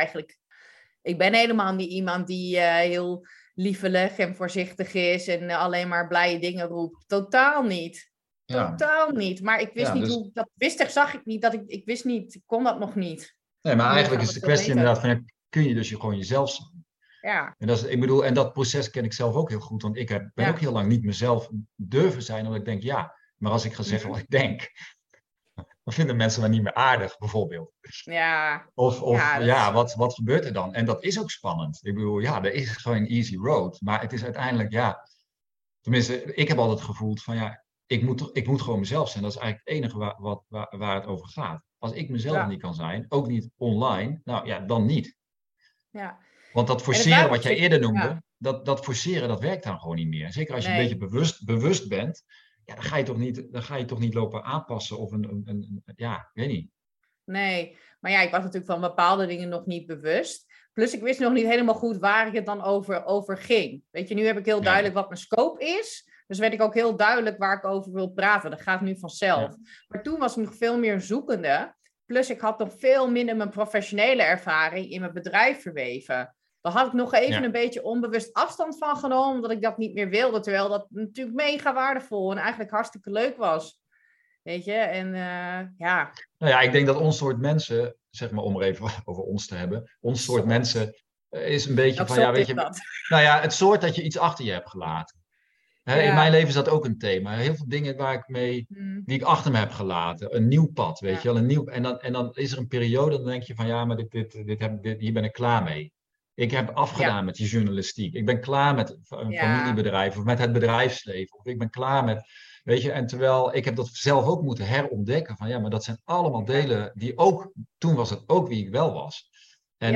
ik ben helemaal niet iemand die heel liefelijk en voorzichtig is en alleen maar blije dingen roept. Totaal niet. Ja. Totaal niet. Maar ik wist niet hoe ik dat wist. Zag ik niet. Ik wist niet. Ik kon dat nog niet. Nee, maar eigenlijk is de kwestie inderdaad van... kun je dus gewoon jezelf zijn. Ja. En dat proces ken ik zelf ook heel goed. Want ik ben ook heel lang niet mezelf durven zijn. Omdat ik denk, maar als ik ga zeggen wat ik denk... dan vinden mensen me niet meer aardig, bijvoorbeeld. Ja. Wat gebeurt er dan? En dat is ook spannend. Ik bedoel, er is gewoon een easy road. Maar het is uiteindelijk, tenminste, ik heb altijd gevoeld van, ik moet gewoon mezelf zijn. Dat is eigenlijk het enige waar het over gaat. Als ik mezelf niet kan zijn, ook niet online, nou ja, dan niet. Ja. Want dat forceren wat jij eerder noemde, dat forceren, dat werkt dan gewoon niet meer. Zeker als je een beetje bewust bent, ja, dan ga je toch niet lopen aanpassen of ja, ik weet niet. Nee, maar ja, ik was natuurlijk van bepaalde dingen nog niet bewust. Plus ik wist nog niet helemaal goed waar ik het dan over ging. Weet je, nu heb ik heel duidelijk wat mijn scope is. Dus weet ik ook heel duidelijk waar ik over wil praten. Dat gaat nu vanzelf. Ja. Maar toen was ik nog veel meer zoekende. Plus ik had nog veel minder mijn professionele ervaring in mijn bedrijf verweven. Daar had ik nog even een beetje onbewust afstand van genomen, omdat ik dat niet meer wilde. Terwijl dat natuurlijk mega waardevol en eigenlijk hartstikke leuk was. Weet je, en ja. Nou ja, ik denk dat ons soort mensen, zeg maar om er even over ons te hebben, ons soort mensen is een beetje van, ja, weet je, nou ja, het soort dat je iets achter je hebt gelaten. Hè, in mijn leven is dat ook een thema. Heel veel dingen die ik achter me heb gelaten. Een nieuw pad, weet je wel. En dan is er een periode, dan denk je van, ja, maar hier ben ik klaar mee. Ik heb afgedaan met die journalistiek. Ik ben klaar met een familiebedrijf of met het bedrijfsleven. Of ik ben klaar met, weet je, en terwijl ik heb dat zelf ook moeten herontdekken. Van ja, maar dat zijn allemaal delen die ook, toen was het ook wie ik wel was. En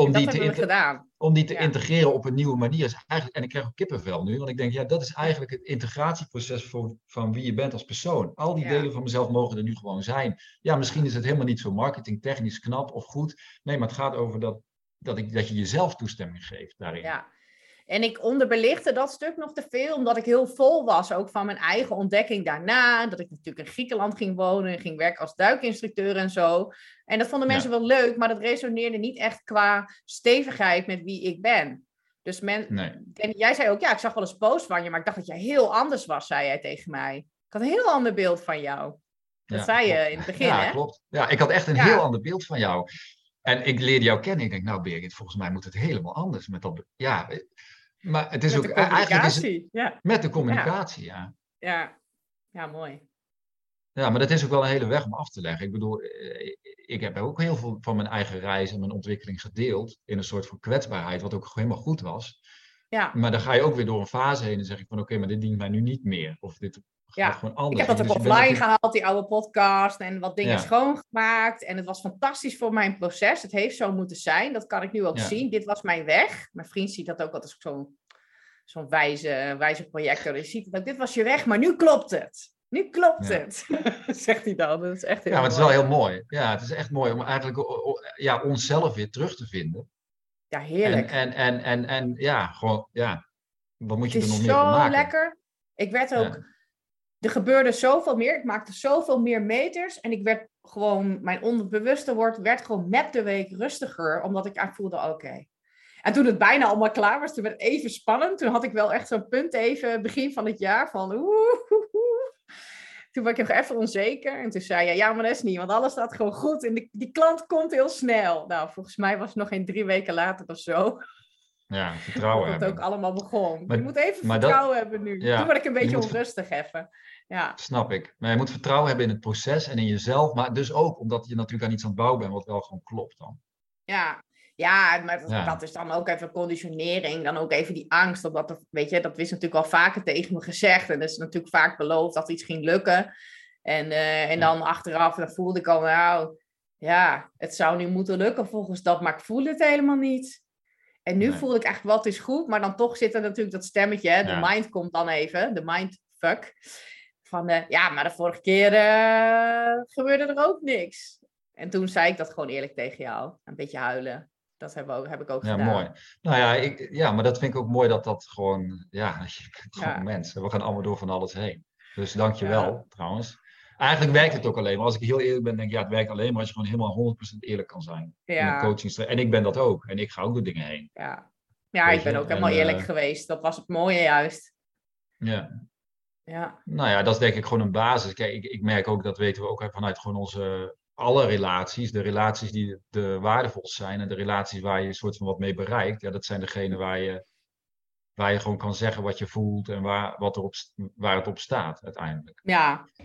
om die te integreren op een nieuwe manier is eigenlijk, en ik krijg ook kippenvel nu, want ik denk, ja, dat is eigenlijk het integratieproces van wie je bent als persoon. Al die delen van mezelf mogen er nu gewoon zijn. Ja, misschien is het helemaal niet zo marketingtechnisch knap of goed. Nee, maar het gaat over dat je jezelf toestemming geeft daarin. Ja. En ik onderbelichtte dat stuk nog te veel, omdat ik heel vol was, ook van mijn eigen ontdekking daarna. Dat ik natuurlijk in Griekenland ging wonen en ging werken als duikinstructeur en zo. En dat vonden mensen wel leuk, maar dat resoneerde niet echt qua stevigheid met wie ik ben. Dus jij zei ook, ik zag wel eens posts van je, maar ik dacht dat jij heel anders was, zei jij tegen mij. Ik had een heel ander beeld van jou. Dat zei je in het begin, hè? Ja, klopt. Ja, ik had echt een heel ander beeld van jou. En ik leerde jou kennen. Ik denk, nou Birgit, volgens mij moet het helemaal anders met dat. Ja, maar het is met ook eigenlijk is het, met de communicatie, Ja, mooi. Ja, maar dat is ook wel een hele weg om af te leggen. Ik bedoel, ik heb ook heel veel van mijn eigen reis en mijn ontwikkeling gedeeld in een soort van kwetsbaarheid, wat ook helemaal goed was. Ja. Maar dan ga je ook weer door een fase heen en zeg ik van oké, maar dit dient mij nu niet meer. Of dit gaat gewoon anders. Ik heb dat ook offline gehaald, die oude podcast, en wat dingen schoongemaakt. En het was fantastisch voor mijn proces. Het heeft zo moeten zijn. Dat kan ik nu ook zien. Dit was mijn weg. Mijn vriend ziet dat ook altijd als zo'n wijze projector. Dus je ziet het ook. Dit was je weg, maar nu klopt het. Nu klopt het, zegt hij dan. Dat is echt heel mooi. Maar het is wel heel mooi. Ja, het is echt mooi om eigenlijk onszelf weer terug te vinden. Ja, heerlijk. En ja, gewoon, wat moet je er nog meer van maken? Het is zo lekker. Ik werd ook... Er gebeurde zoveel meer. Ik maakte zoveel meer meters. En ik werd gewoon... Mijn onderbewuste werd gewoon met de week rustiger. Omdat ik eigenlijk voelde, oké. En toen het bijna allemaal klaar was, toen werd het even spannend. Toen had ik wel echt zo'n punt even, begin van het jaar, van Toen was ik nog even onzeker. En toen zei je, ja, maar dat is niet, want alles staat gewoon goed. En die klant komt heel snel. Nou, volgens mij was het nog geen 3 weken later of zo. Ja, vertrouwen hebben. Dat het ook allemaal begon. Je moet even vertrouwen hebben nu. Toen word ik een beetje onrustig even. Ja. Snap ik. Maar je moet vertrouwen hebben in het proces en in jezelf. Maar dus ook omdat je natuurlijk aan iets aan het bouwen bent, wat wel gewoon klopt dan. Ja, maar dat is dan ook even conditionering. Dan ook even die angst. Omdat weet je, dat is natuurlijk al vaker tegen me gezegd. En dat is natuurlijk vaak beloofd dat iets ging lukken. En dan achteraf, dan voelde ik al, nou, ja, het zou nu moeten lukken volgens dat. Maar ik voel het helemaal niet. En nu voel ik eigenlijk wat is goed. Maar dan toch zit er natuurlijk dat stemmetje. Hè? De mind komt dan even. De mindfuck. Van, maar de vorige keer gebeurde er ook niks. En toen zei ik dat gewoon eerlijk tegen jou. Een beetje huilen. Dat heb ik ook gedaan. Ja, mooi. Nou ja, maar dat vind ik ook mooi dat gewoon... Ja, je bent gewoon mensen. We gaan allemaal door van alles heen. Dus dank je wel, trouwens. Eigenlijk werkt het ook alleen maar. Als ik heel eerlijk ben, denk ik, het werkt alleen maar als je gewoon helemaal 100% eerlijk kan zijn. In een coaching. En ik ben dat ook. En ik ga ook door dingen heen. Ja, ik ben ook helemaal eerlijk geweest. Dat was het mooie juist. Ja. Nou ja, dat is denk ik gewoon een basis. Kijk, ik merk ook, dat weten we ook vanuit gewoon alle relaties. De relaties die de waardevol zijn en de relaties waar je een soort van wat mee bereikt. Ja, dat zijn degene waar je gewoon kan zeggen wat je voelt en waar het op staat uiteindelijk.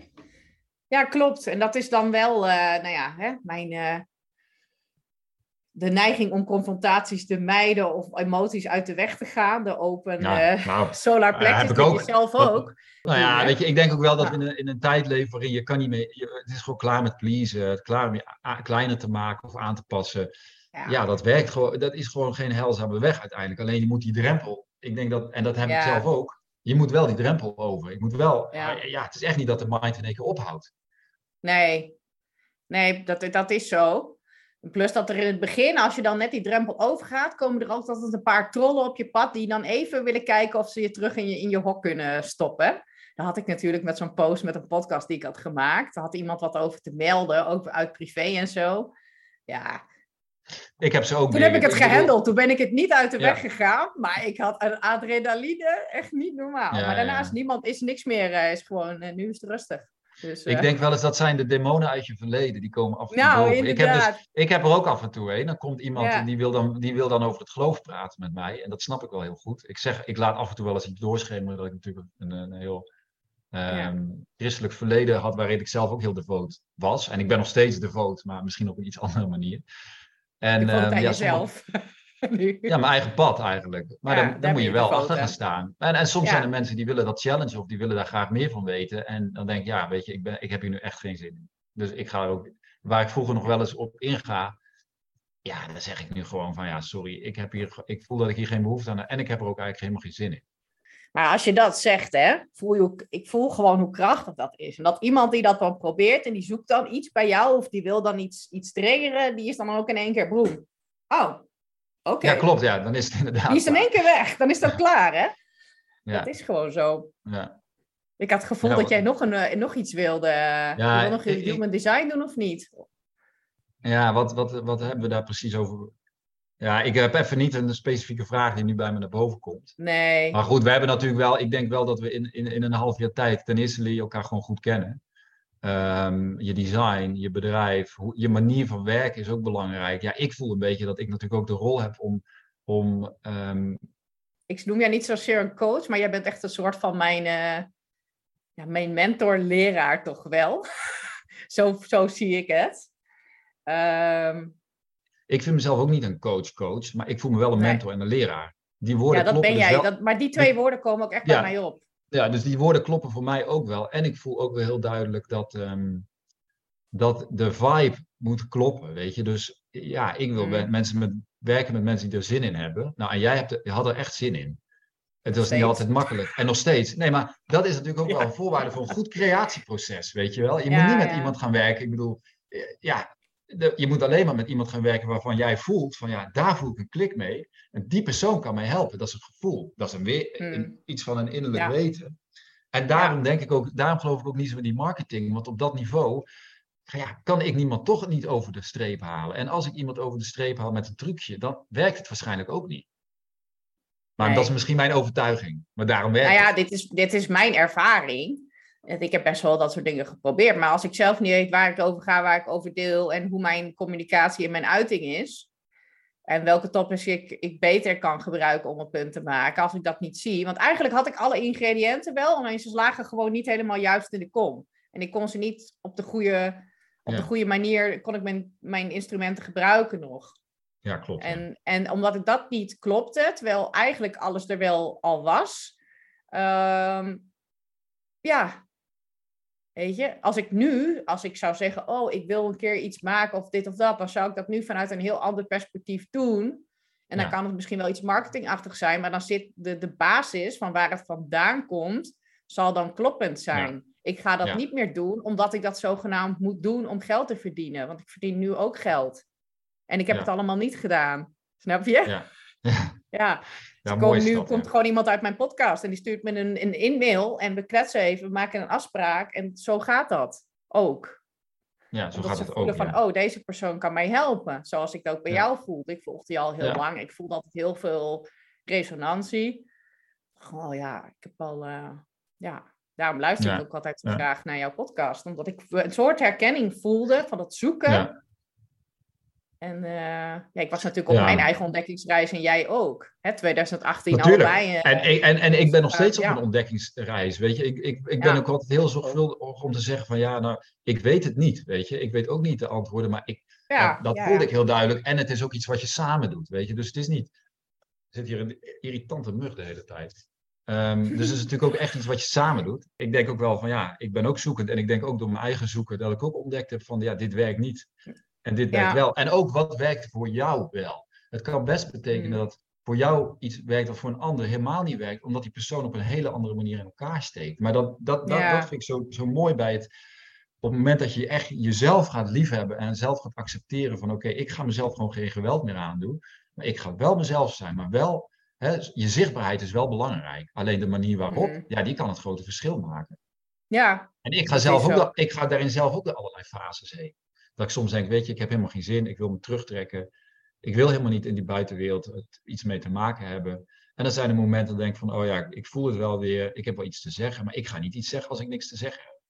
Ja, klopt. En dat is dan wel, mijn de neiging om confrontaties te mijden of emoties uit de weg te gaan. De open solar plexus, heb ik dat ook. je zelf ook. Nou ja, weet je, ik denk ook wel dat we in een tijd leven waarin je kan niet meer... het is gewoon klaar met pleasen, het klaar om je kleiner te maken of aan te passen. Ja, dat werkt gewoon. Dat is gewoon geen heilzame weg uiteindelijk. Alleen je moet die drempel, ik denk dat, en dat heb ik zelf ook, je moet wel die drempel over. Ik moet wel, het is echt niet dat de mind in één keer ophoudt. Nee, dat is zo. Plus dat er in het begin, als je dan net die drempel overgaat, komen er altijd een paar trollen op je pad die dan even willen kijken of ze je terug in je hok kunnen stoppen. Dat had ik natuurlijk met zo'n post met een podcast die ik had gemaakt. Daar had iemand wat over te melden, ook uit privé en zo. Ja. Ik heb ze ook. Toen heb ik het gehandeld. Toen ben ik het niet uit de weg gegaan. Maar ik had een adrenaline echt niet normaal. Maar daarna is niks meer. Is gewoon, nu is het rustig. Dus, ik denk wel eens dat zijn de demonen uit je verleden. Die komen af en toe boven. Ik heb er ook af en toe een. Dan komt iemand die wil dan over het geloof praten met mij. En dat snap ik wel heel goed. Ik laat af en toe wel eens iets doorschemeren. Dat ik natuurlijk een heel christelijk verleden had. Waarin ik zelf ook heel devoot was. En ik ben nog steeds devoot. Maar misschien op een iets andere manier. En, jezelf. Ja, mijn eigen pad eigenlijk. Maar dan moet je wel achter gaan staan. En soms zijn er mensen die willen dat challenge of die willen daar graag meer van weten. En dan denk ik, weet je, ik heb hier nu echt geen zin in. Dus ik ga er ook, waar ik vroeger nog wel eens op inga, dan zeg ik nu gewoon van sorry, ik voel dat ik hier geen behoefte aan heb en ik heb er ook eigenlijk helemaal geen zin in. Maar als je dat zegt, ik voel gewoon hoe krachtig dat is. En dat iemand die dat dan probeert en die zoekt dan iets bij jou of die wil dan iets triggeren, die is dan ook in één keer broem. Oh, oké. Ja, klopt, dan is het inderdaad. Die is in één keer weg, dan is dat klaar, hè? Ja. Dat is gewoon zo. Ja. Ik had het gevoel dat jij nog iets wilde. Je wil nog human design doen of niet? Ja, wat hebben we daar precies over? Ja, ik heb even niet een specifieke vraag die nu bij me naar boven komt. Nee. Maar goed, we hebben natuurlijk wel... Ik denk wel dat we in een half jaar tijd ten eerste leer je elkaar gewoon goed kennen. Je design, je bedrijf, je manier van werken is ook belangrijk. Ja, ik voel een beetje dat ik natuurlijk ook de rol heb om ik noem jij niet zozeer een coach, maar jij bent echt een soort van mijn mentor-leraar toch wel. Zo zie ik het. Ik vind mezelf ook niet een coach, maar ik voel me wel een mentor en een leraar. Die woorden dat kloppen ben jij. dus wel. Maar die twee woorden komen ook echt bij mij op. Ja, dus die woorden kloppen voor mij ook wel. En ik voel ook wel heel duidelijk dat de vibe moet kloppen, weet je. Dus ik wil werken met mensen die er zin in hebben. Nou, en jij had er echt zin in. Het was niet altijd makkelijk. En nog steeds. Nee, maar dat is natuurlijk ook wel een voorwaarde voor een goed creatieproces, weet je wel. Je moet niet met iemand gaan werken. Ik bedoel, je moet alleen maar met iemand gaan werken waarvan jij voelt van daar voel ik een klik mee. En die persoon kan mij helpen. Dat is een gevoel. Dat is iets van een innerlijk weten. En daarom daarom geloof ik ook niet zo in die marketing. Want op dat niveau kan ik niemand toch niet over de streep halen. En als ik iemand over de streep haal met een trucje, dan werkt het waarschijnlijk ook niet. Maar dat is misschien mijn overtuiging. Maar daarom werkt het. Dit is mijn ervaring. Ik heb best wel dat soort dingen geprobeerd. Maar als ik zelf niet weet waar ik over ga, waar ik over deel en hoe mijn communicatie en mijn uiting is. En welke topics ik beter kan gebruiken om een punt te maken. Als ik dat niet zie. Want eigenlijk had ik alle ingrediënten wel. Alleen ze lagen gewoon niet helemaal juist in de kom. En ik kon ze niet op de goede manier. Kon ik mijn instrumenten gebruiken nog. Ja, klopt. En omdat ik dat niet klopte. Terwijl eigenlijk alles er wel al was. Weet je, als ik zou zeggen, ik wil een keer iets maken of dit of dat, dan zou ik dat nu vanuit een heel ander perspectief doen. En dan kan het misschien wel iets marketingachtig zijn, maar dan zit de basis van waar het vandaan komt, zal dan kloppend zijn. Ja. Ik ga dat niet meer doen, omdat ik dat zogenaamd moet doen om geld te verdienen. Want ik verdien nu ook geld. En ik heb het allemaal niet gedaan. Snap je? Ja. Nu komt gewoon iemand uit mijn podcast en die stuurt me een in-mail en we kletsen even, we maken een afspraak en zo gaat dat ook. Ja, zo gaat het ook. Van, deze persoon kan mij helpen, zoals ik dat ook bij jou voelde. Ik volgde je al heel lang, ik voelde altijd heel veel resonantie. Ik heb al, daarom luister ik ook altijd zo graag naar jouw podcast, omdat ik een soort herkenning voelde van dat zoeken. Ja. En ik was natuurlijk op mijn eigen ontdekkingsreis en jij ook. Hè, 2018 natuurlijk. Allebei. En ik ben nog steeds op een ontdekkingsreis, weet je. Ik ben ook altijd heel zorgvuldig om te zeggen van ik weet het niet, weet je. Ik weet ook niet de antwoorden, maar dat voelde ik heel duidelijk. En het is ook iets wat je samen doet, weet je. Dus het is niet... Er zit hier een irritante mug de hele tijd. Dus het is natuurlijk ook echt iets wat je samen doet. Ik denk ook wel van ik ben ook zoekend. En ik denk ook door mijn eigen zoeken dat ik ook ontdekt heb van dit werkt niet. En dit werkt wel. En ook wat werkt voor jou wel. Het kan best betekenen dat voor jou iets werkt dat voor een ander helemaal niet werkt. Omdat die persoon op een hele andere manier in elkaar steekt. Maar dat vind ik zo mooi bij het... Op het moment dat je echt jezelf gaat liefhebben en zelf gaat accepteren van ik ga mezelf gewoon geen geweld meer aandoen. Maar ik ga wel mezelf zijn, maar wel... je zichtbaarheid is wel belangrijk. Alleen de manier waarop, die kan het grote verschil maken. Ja. En ik ga daarin zelf ook door allerlei fases heen. Dat ik soms denk, weet je, ik heb helemaal geen zin, ik wil me terugtrekken. Ik wil helemaal niet in die buitenwereld iets mee te maken hebben. En dan zijn er momenten dat ik denk van, ik voel het wel weer, ik heb wel iets te zeggen, maar ik ga niet iets zeggen als ik niks te zeggen heb.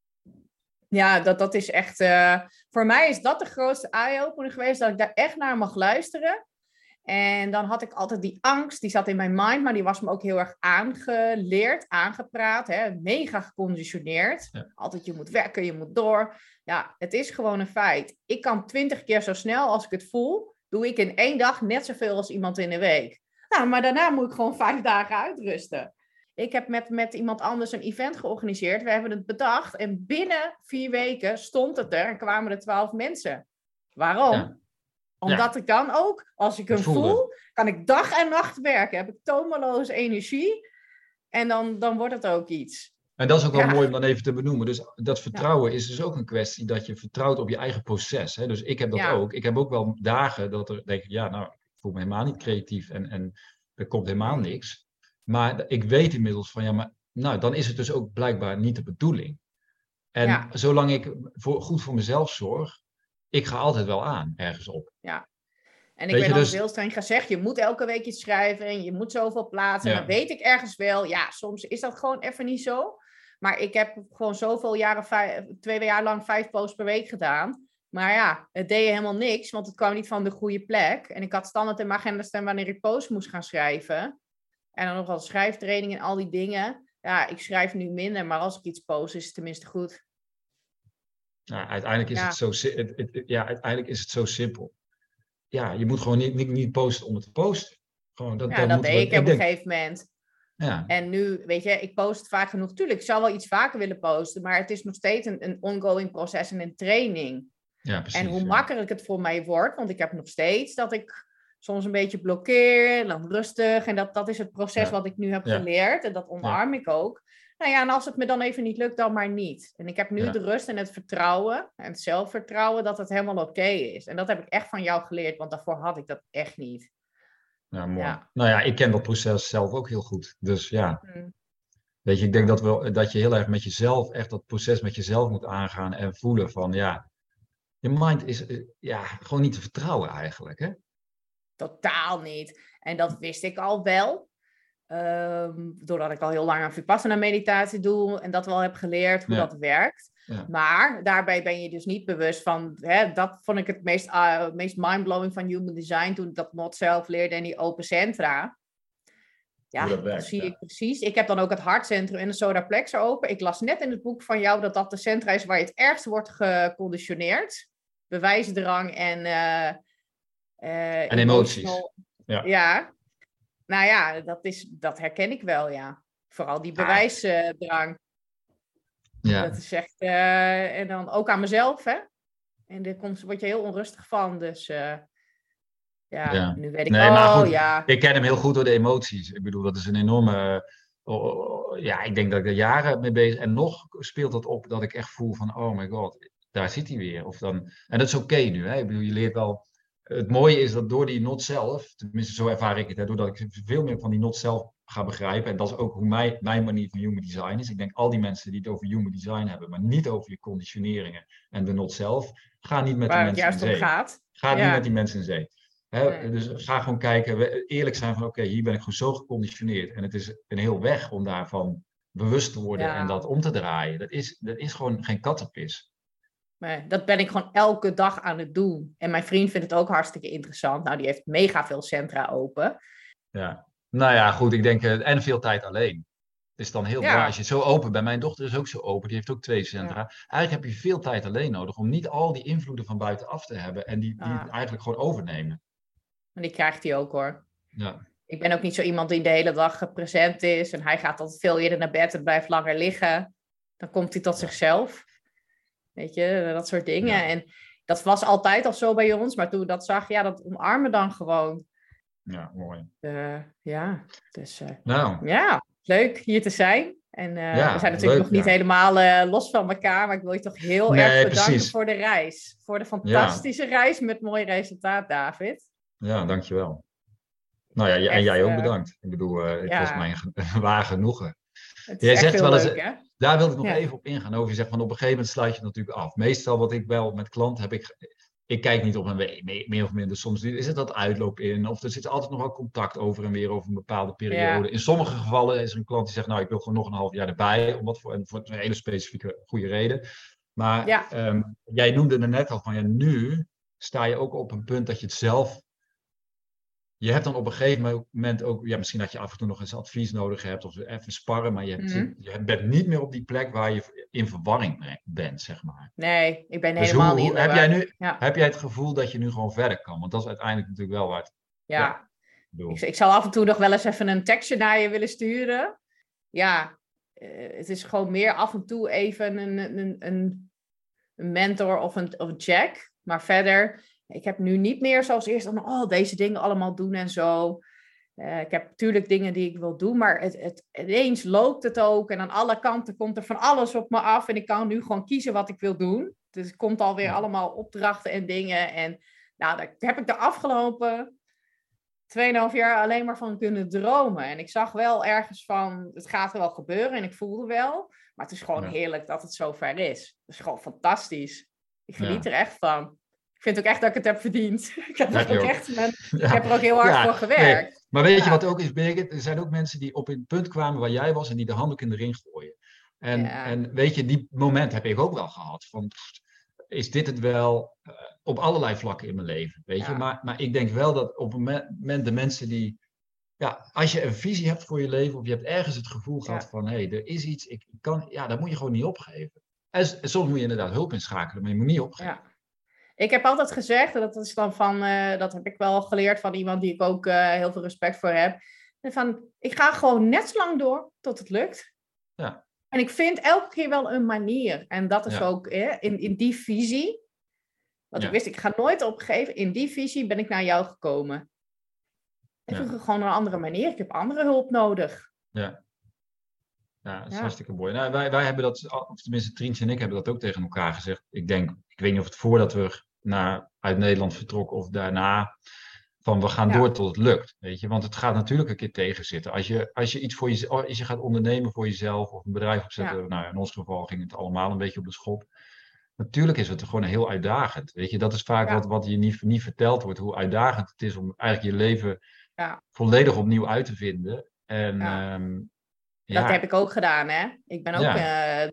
Ja, dat is echt... voor mij is dat de grootste eye-opener geweest, dat ik daar echt naar mag luisteren. En dan had ik altijd die angst, die zat in mijn mind, maar die was me ook heel erg aangeleerd, aangepraat, mega geconditioneerd. Ja. Altijd, je moet werken, je moet door. Ja, het is gewoon een feit. Ik kan 20 keer zo snel als ik het voel, doe ik in 1 dag net zoveel als iemand in een week. Nou, maar daarna moet ik gewoon 5 dagen uitrusten. Ik heb met iemand anders een event georganiseerd. We hebben het bedacht en binnen 4 weken stond het er en kwamen er 12 mensen. Waarom? Ja. Omdat ik dan ook, als ik hem voel, kan ik dag en nacht werken. Heb ik tomeloze energie. En dan wordt het ook iets. En dat is ook wel mooi om dan even te benoemen. Dus dat vertrouwen is dus ook een kwestie dat je vertrouwt op je eigen proces. Hè? Dus ik heb dat ook. Ik heb ook wel dagen dat er denk ik, ik voel me helemaal niet creatief en er komt helemaal niks. Maar ik weet inmiddels van, dan is het dus ook blijkbaar niet de bedoeling. En zolang ik goed voor mezelf zorg, ik ga altijd wel aan, ergens op. Ja. En ik ben al heel streng gezegd, je moet elke week iets schrijven en je moet zoveel plaatsen. Ja. Dan weet ik ergens wel, soms is dat gewoon even niet zo. Maar ik heb gewoon zoveel jaren, 2 jaar lang 5 posts per week gedaan. Maar het deed helemaal niks, want het kwam niet van de goede plek. En ik had standaard in mijn agenda staan wanneer ik posts moest gaan schrijven. En dan nog wel schrijftraining en al die dingen. Ja, ik schrijf nu minder, maar als ik iets post, is het tenminste goed. Nou, uiteindelijk is het zo simpel. Ja, je moet gewoon niet posten om het te posten. Gewoon, dat deed ik op een gegeven moment. Ja. En nu, weet je, ik post vaak genoeg. Tuurlijk, ik zou wel iets vaker willen posten, maar het is nog steeds een ongoing proces en een training. Ja, precies. En hoe makkelijk het voor mij wordt, want ik heb nog steeds dat ik soms een beetje blokkeer, dan rustig. En dat is het proces wat ik nu heb geleerd. En dat omarm ik ook. Nou ja, en als het me dan even niet lukt, dan maar niet. En ik heb nu de rust en het vertrouwen en het zelfvertrouwen dat het helemaal oké is. En dat heb ik echt van jou geleerd, want daarvoor had ik dat echt niet. Ja, mooi. Ja. Nou ja, ik ken dat proces zelf ook heel goed. Dus weet je, ik denk dat je heel erg met jezelf, echt dat proces met jezelf moet aangaan en voelen van, je mind is gewoon niet te vertrouwen eigenlijk, hè? Totaal niet. En dat wist ik al wel. Doordat ik al heel lang aan Vipassana meditatie doe en dat wel heb geleerd hoe dat werkt. Ja. Maar daarbij ben je dus niet bewust van, dat vond ik het meest mindblowing van Human Design toen ik dat not zelf leerde en die open centra. Ja, dat werkt, zie ik precies. Ik heb dan ook het hartcentrum en de solar plexus open. Ik las net in het boek van jou dat de centra is waar je het ergst wordt geconditioneerd. Bewijsdrang en emoties. Ja. Nou ja, dat herken ik wel, ja. Vooral die bewijsdrang. Dat is echt... en dan ook aan mezelf, hè. En daar word je heel onrustig van, dus... nu weet ik... maar goed, ik ken hem heel goed door de emoties. Ik bedoel, dat is een enorme... ik denk dat ik er jaren mee bezig... En nog speelt dat op dat ik echt voel van... Oh my god, daar zit hij weer. Of dan, en dat is oké nu, hè. Ik bedoel, je leert wel... Het mooie is dat door die not zelf, tenminste zo ervaar ik het, doordat ik veel meer van die not zelf ga begrijpen, en dat is ook hoe mijn manier van human design is. Ik denk al die mensen die het over human design hebben, maar niet over je conditioneringen en de not zelf, ga niet met die mensen in zee. Ga niet met die mensen in zee. Nee. Dus ga gewoon kijken, eerlijk zijn van oké, hier ben ik gewoon zo geconditioneerd en het is een heel weg om daarvan bewust te worden en dat om te draaien. Dat is gewoon geen kattenpis. Maar dat ben ik gewoon elke dag aan het doen. En mijn vriend vindt het ook hartstikke interessant. Nou, die heeft mega veel centra open. Ja, nou ja, goed. Ik denk, en veel tijd alleen. Het is dan heel waar. Als je zo open bent. Mijn dochter is ook zo open. Die heeft ook 2 centra. Ja. Eigenlijk heb je veel tijd alleen nodig om niet al die invloeden van buitenaf te hebben. En die eigenlijk gewoon overnemen. En die krijgt hij ook hoor. Ja. Ik ben ook niet zo iemand die de hele dag present is. En hij gaat altijd veel eerder naar bed en blijft langer liggen. Dan komt hij tot zichzelf. Weet je, dat soort dingen. Ja. En dat was altijd al zo bij ons. Maar toen we dat zag, dat omarmen dan gewoon. Ja, mooi. Ja, dus nou. Ja, leuk hier te zijn. En we zijn natuurlijk nog niet helemaal los van elkaar. Maar ik wil je toch heel erg bedanken voor de reis. Voor de fantastische reis met mooi resultaat, David. Ja, dankjewel. Nou ja, en jij ook bedankt. Ik bedoel, het was mijn waar genoegen. Jij zegt wel eens, leuk, hè? Daar wilde ik nog even op ingaan. Over je zegt van op een gegeven moment sluit je het natuurlijk af. Meestal wat ik wel met klanten heb, ik kijk niet op een week, meer of minder. Soms is het dat uitloop in. Of er zit altijd nog wel contact over en weer over een bepaalde periode. Ja. In sommige gevallen is er een klant die zegt, nou ik wil gewoon nog een half jaar erbij. Voor een hele specifieke goede reden. Maar jij noemde er net al van, nu sta je ook op een punt dat je het zelf... Je hebt dan op een gegeven moment ook... Ja, misschien dat je af en toe nog eens advies nodig hebt of even sparren. Maar je bent niet meer op die plek waar je in verwarring bent, zeg maar. Nee, ik ben helemaal niet in de war. Heb jij het gevoel dat je nu gewoon verder kan? Want dat is uiteindelijk natuurlijk wel waar het... Ja. Ik zal af en toe nog wel eens even een tekstje naar je willen sturen. Ja, het is gewoon meer af en toe even een mentor of een check. Maar verder... Ik heb nu niet meer zoals eerst deze dingen allemaal doen en zo. Ik heb natuurlijk dingen die ik wil doen, maar ineens loopt het ook. En aan alle kanten komt er van alles op me af. En ik kan nu gewoon kiezen wat ik wil doen. Dus er komt alweer allemaal opdrachten en dingen. En nou, daar heb ik de afgelopen 2,5 jaar alleen maar van kunnen dromen. En ik zag wel ergens van, het gaat er wel gebeuren. En ik voelde wel. Maar het is gewoon heerlijk dat het zover is. Het is gewoon fantastisch. Ik geniet er echt van. Ik vind ook echt dat ik het heb verdiend. Ik heb er ook heel hard voor gewerkt. Nee. Maar weet je wat ook is, Birgit? Er zijn ook mensen die op het punt kwamen waar jij was en die de handdoek in de ring gooien. En weet je, die moment heb ik ook wel gehad. Van, is dit het wel op allerlei vlakken in mijn leven? Weet je? Maar ik denk wel dat op een moment de mensen die... Ja, als je een visie hebt voor je leven of je hebt ergens het gevoel gehad van... Hé, er is iets, dat moet je gewoon niet opgeven. En soms moet je inderdaad hulp inschakelen, maar je moet niet opgeven. Ja. Ik heb altijd gezegd, en dat is dan dat heb ik wel geleerd van iemand die ik ook heel veel respect voor heb. Van, ik ga gewoon net zo lang door tot het lukt. Ja. En ik vind elke keer wel een manier. En dat is ook in die visie. Want ik wist, ik ga nooit opgeven. In die visie ben ik naar jou gekomen. Ik vroeg gewoon een andere manier. Ik heb andere hulp nodig. Ja. Ja, dat is hartstikke mooi. Nou, wij hebben dat, of tenminste Trientje en ik hebben dat ook tegen elkaar gezegd. Ik weet niet of het voordat we uit Nederland vertrokken of daarna, van we gaan door tot het lukt. Weet je? Want het gaat natuurlijk een keer tegenzitten. Als je iets als je gaat ondernemen voor jezelf of een bedrijf opzetten, nou in ons geval ging het allemaal een beetje op de schop. Natuurlijk is het gewoon heel uitdagend. Weet je? Dat is vaak wat je niet verteld wordt, hoe uitdagend het is om eigenlijk je leven volledig opnieuw uit te vinden. En dat heb ik ook gedaan, hè. Ik ben ook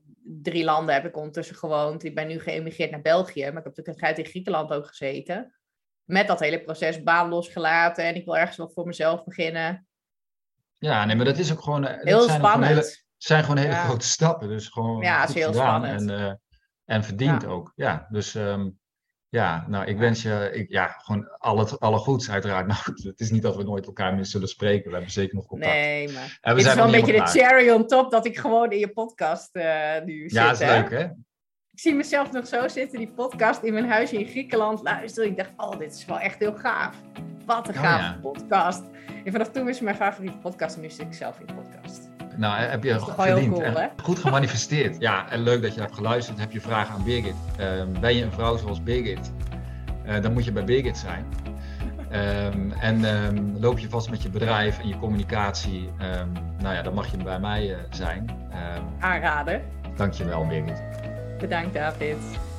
3 landen heb ik ondertussen gewoond. Ik ben nu geëmigreerd naar België, maar ik heb natuurlijk in Griekenland ook gezeten. Met dat hele proces, baan losgelaten en ik wil ergens wel voor mezelf beginnen. Ja, nee, maar dat is ook gewoon... Heel spannend. Het zijn gewoon hele grote stappen, dus gewoon goed is heel gedaan spannend. En verdiend ook. Ja, dus... nou, ik wens je gewoon alle goeds uiteraard. Nou, het is niet dat we nooit elkaar meer zullen spreken. We hebben zeker nog contact. Nee, maar het is wel een beetje de cherry on top dat ik gewoon in je podcast nu zit. Ja, dat is leuk, hè? Ik zie mezelf nog zo zitten, die podcast in mijn huisje in Griekenland luisteren. Ik dacht, dit is wel echt heel gaaf. Wat een gave podcast. En vanaf toen is het mijn favoriete podcast en nu zit ik zelf in de podcast. Nou, heb je verdiend. Cool, goed gemanifesteerd. Ja, en leuk dat je hebt geluisterd. Heb je vragen aan Birgit? Ben je een vrouw zoals Birgit? Dan moet je bij Birgit zijn. Loop je vast met je bedrijf en je communicatie. Dan mag je bij mij zijn. Aanraden. Dankjewel, Birgit. Bedankt, David.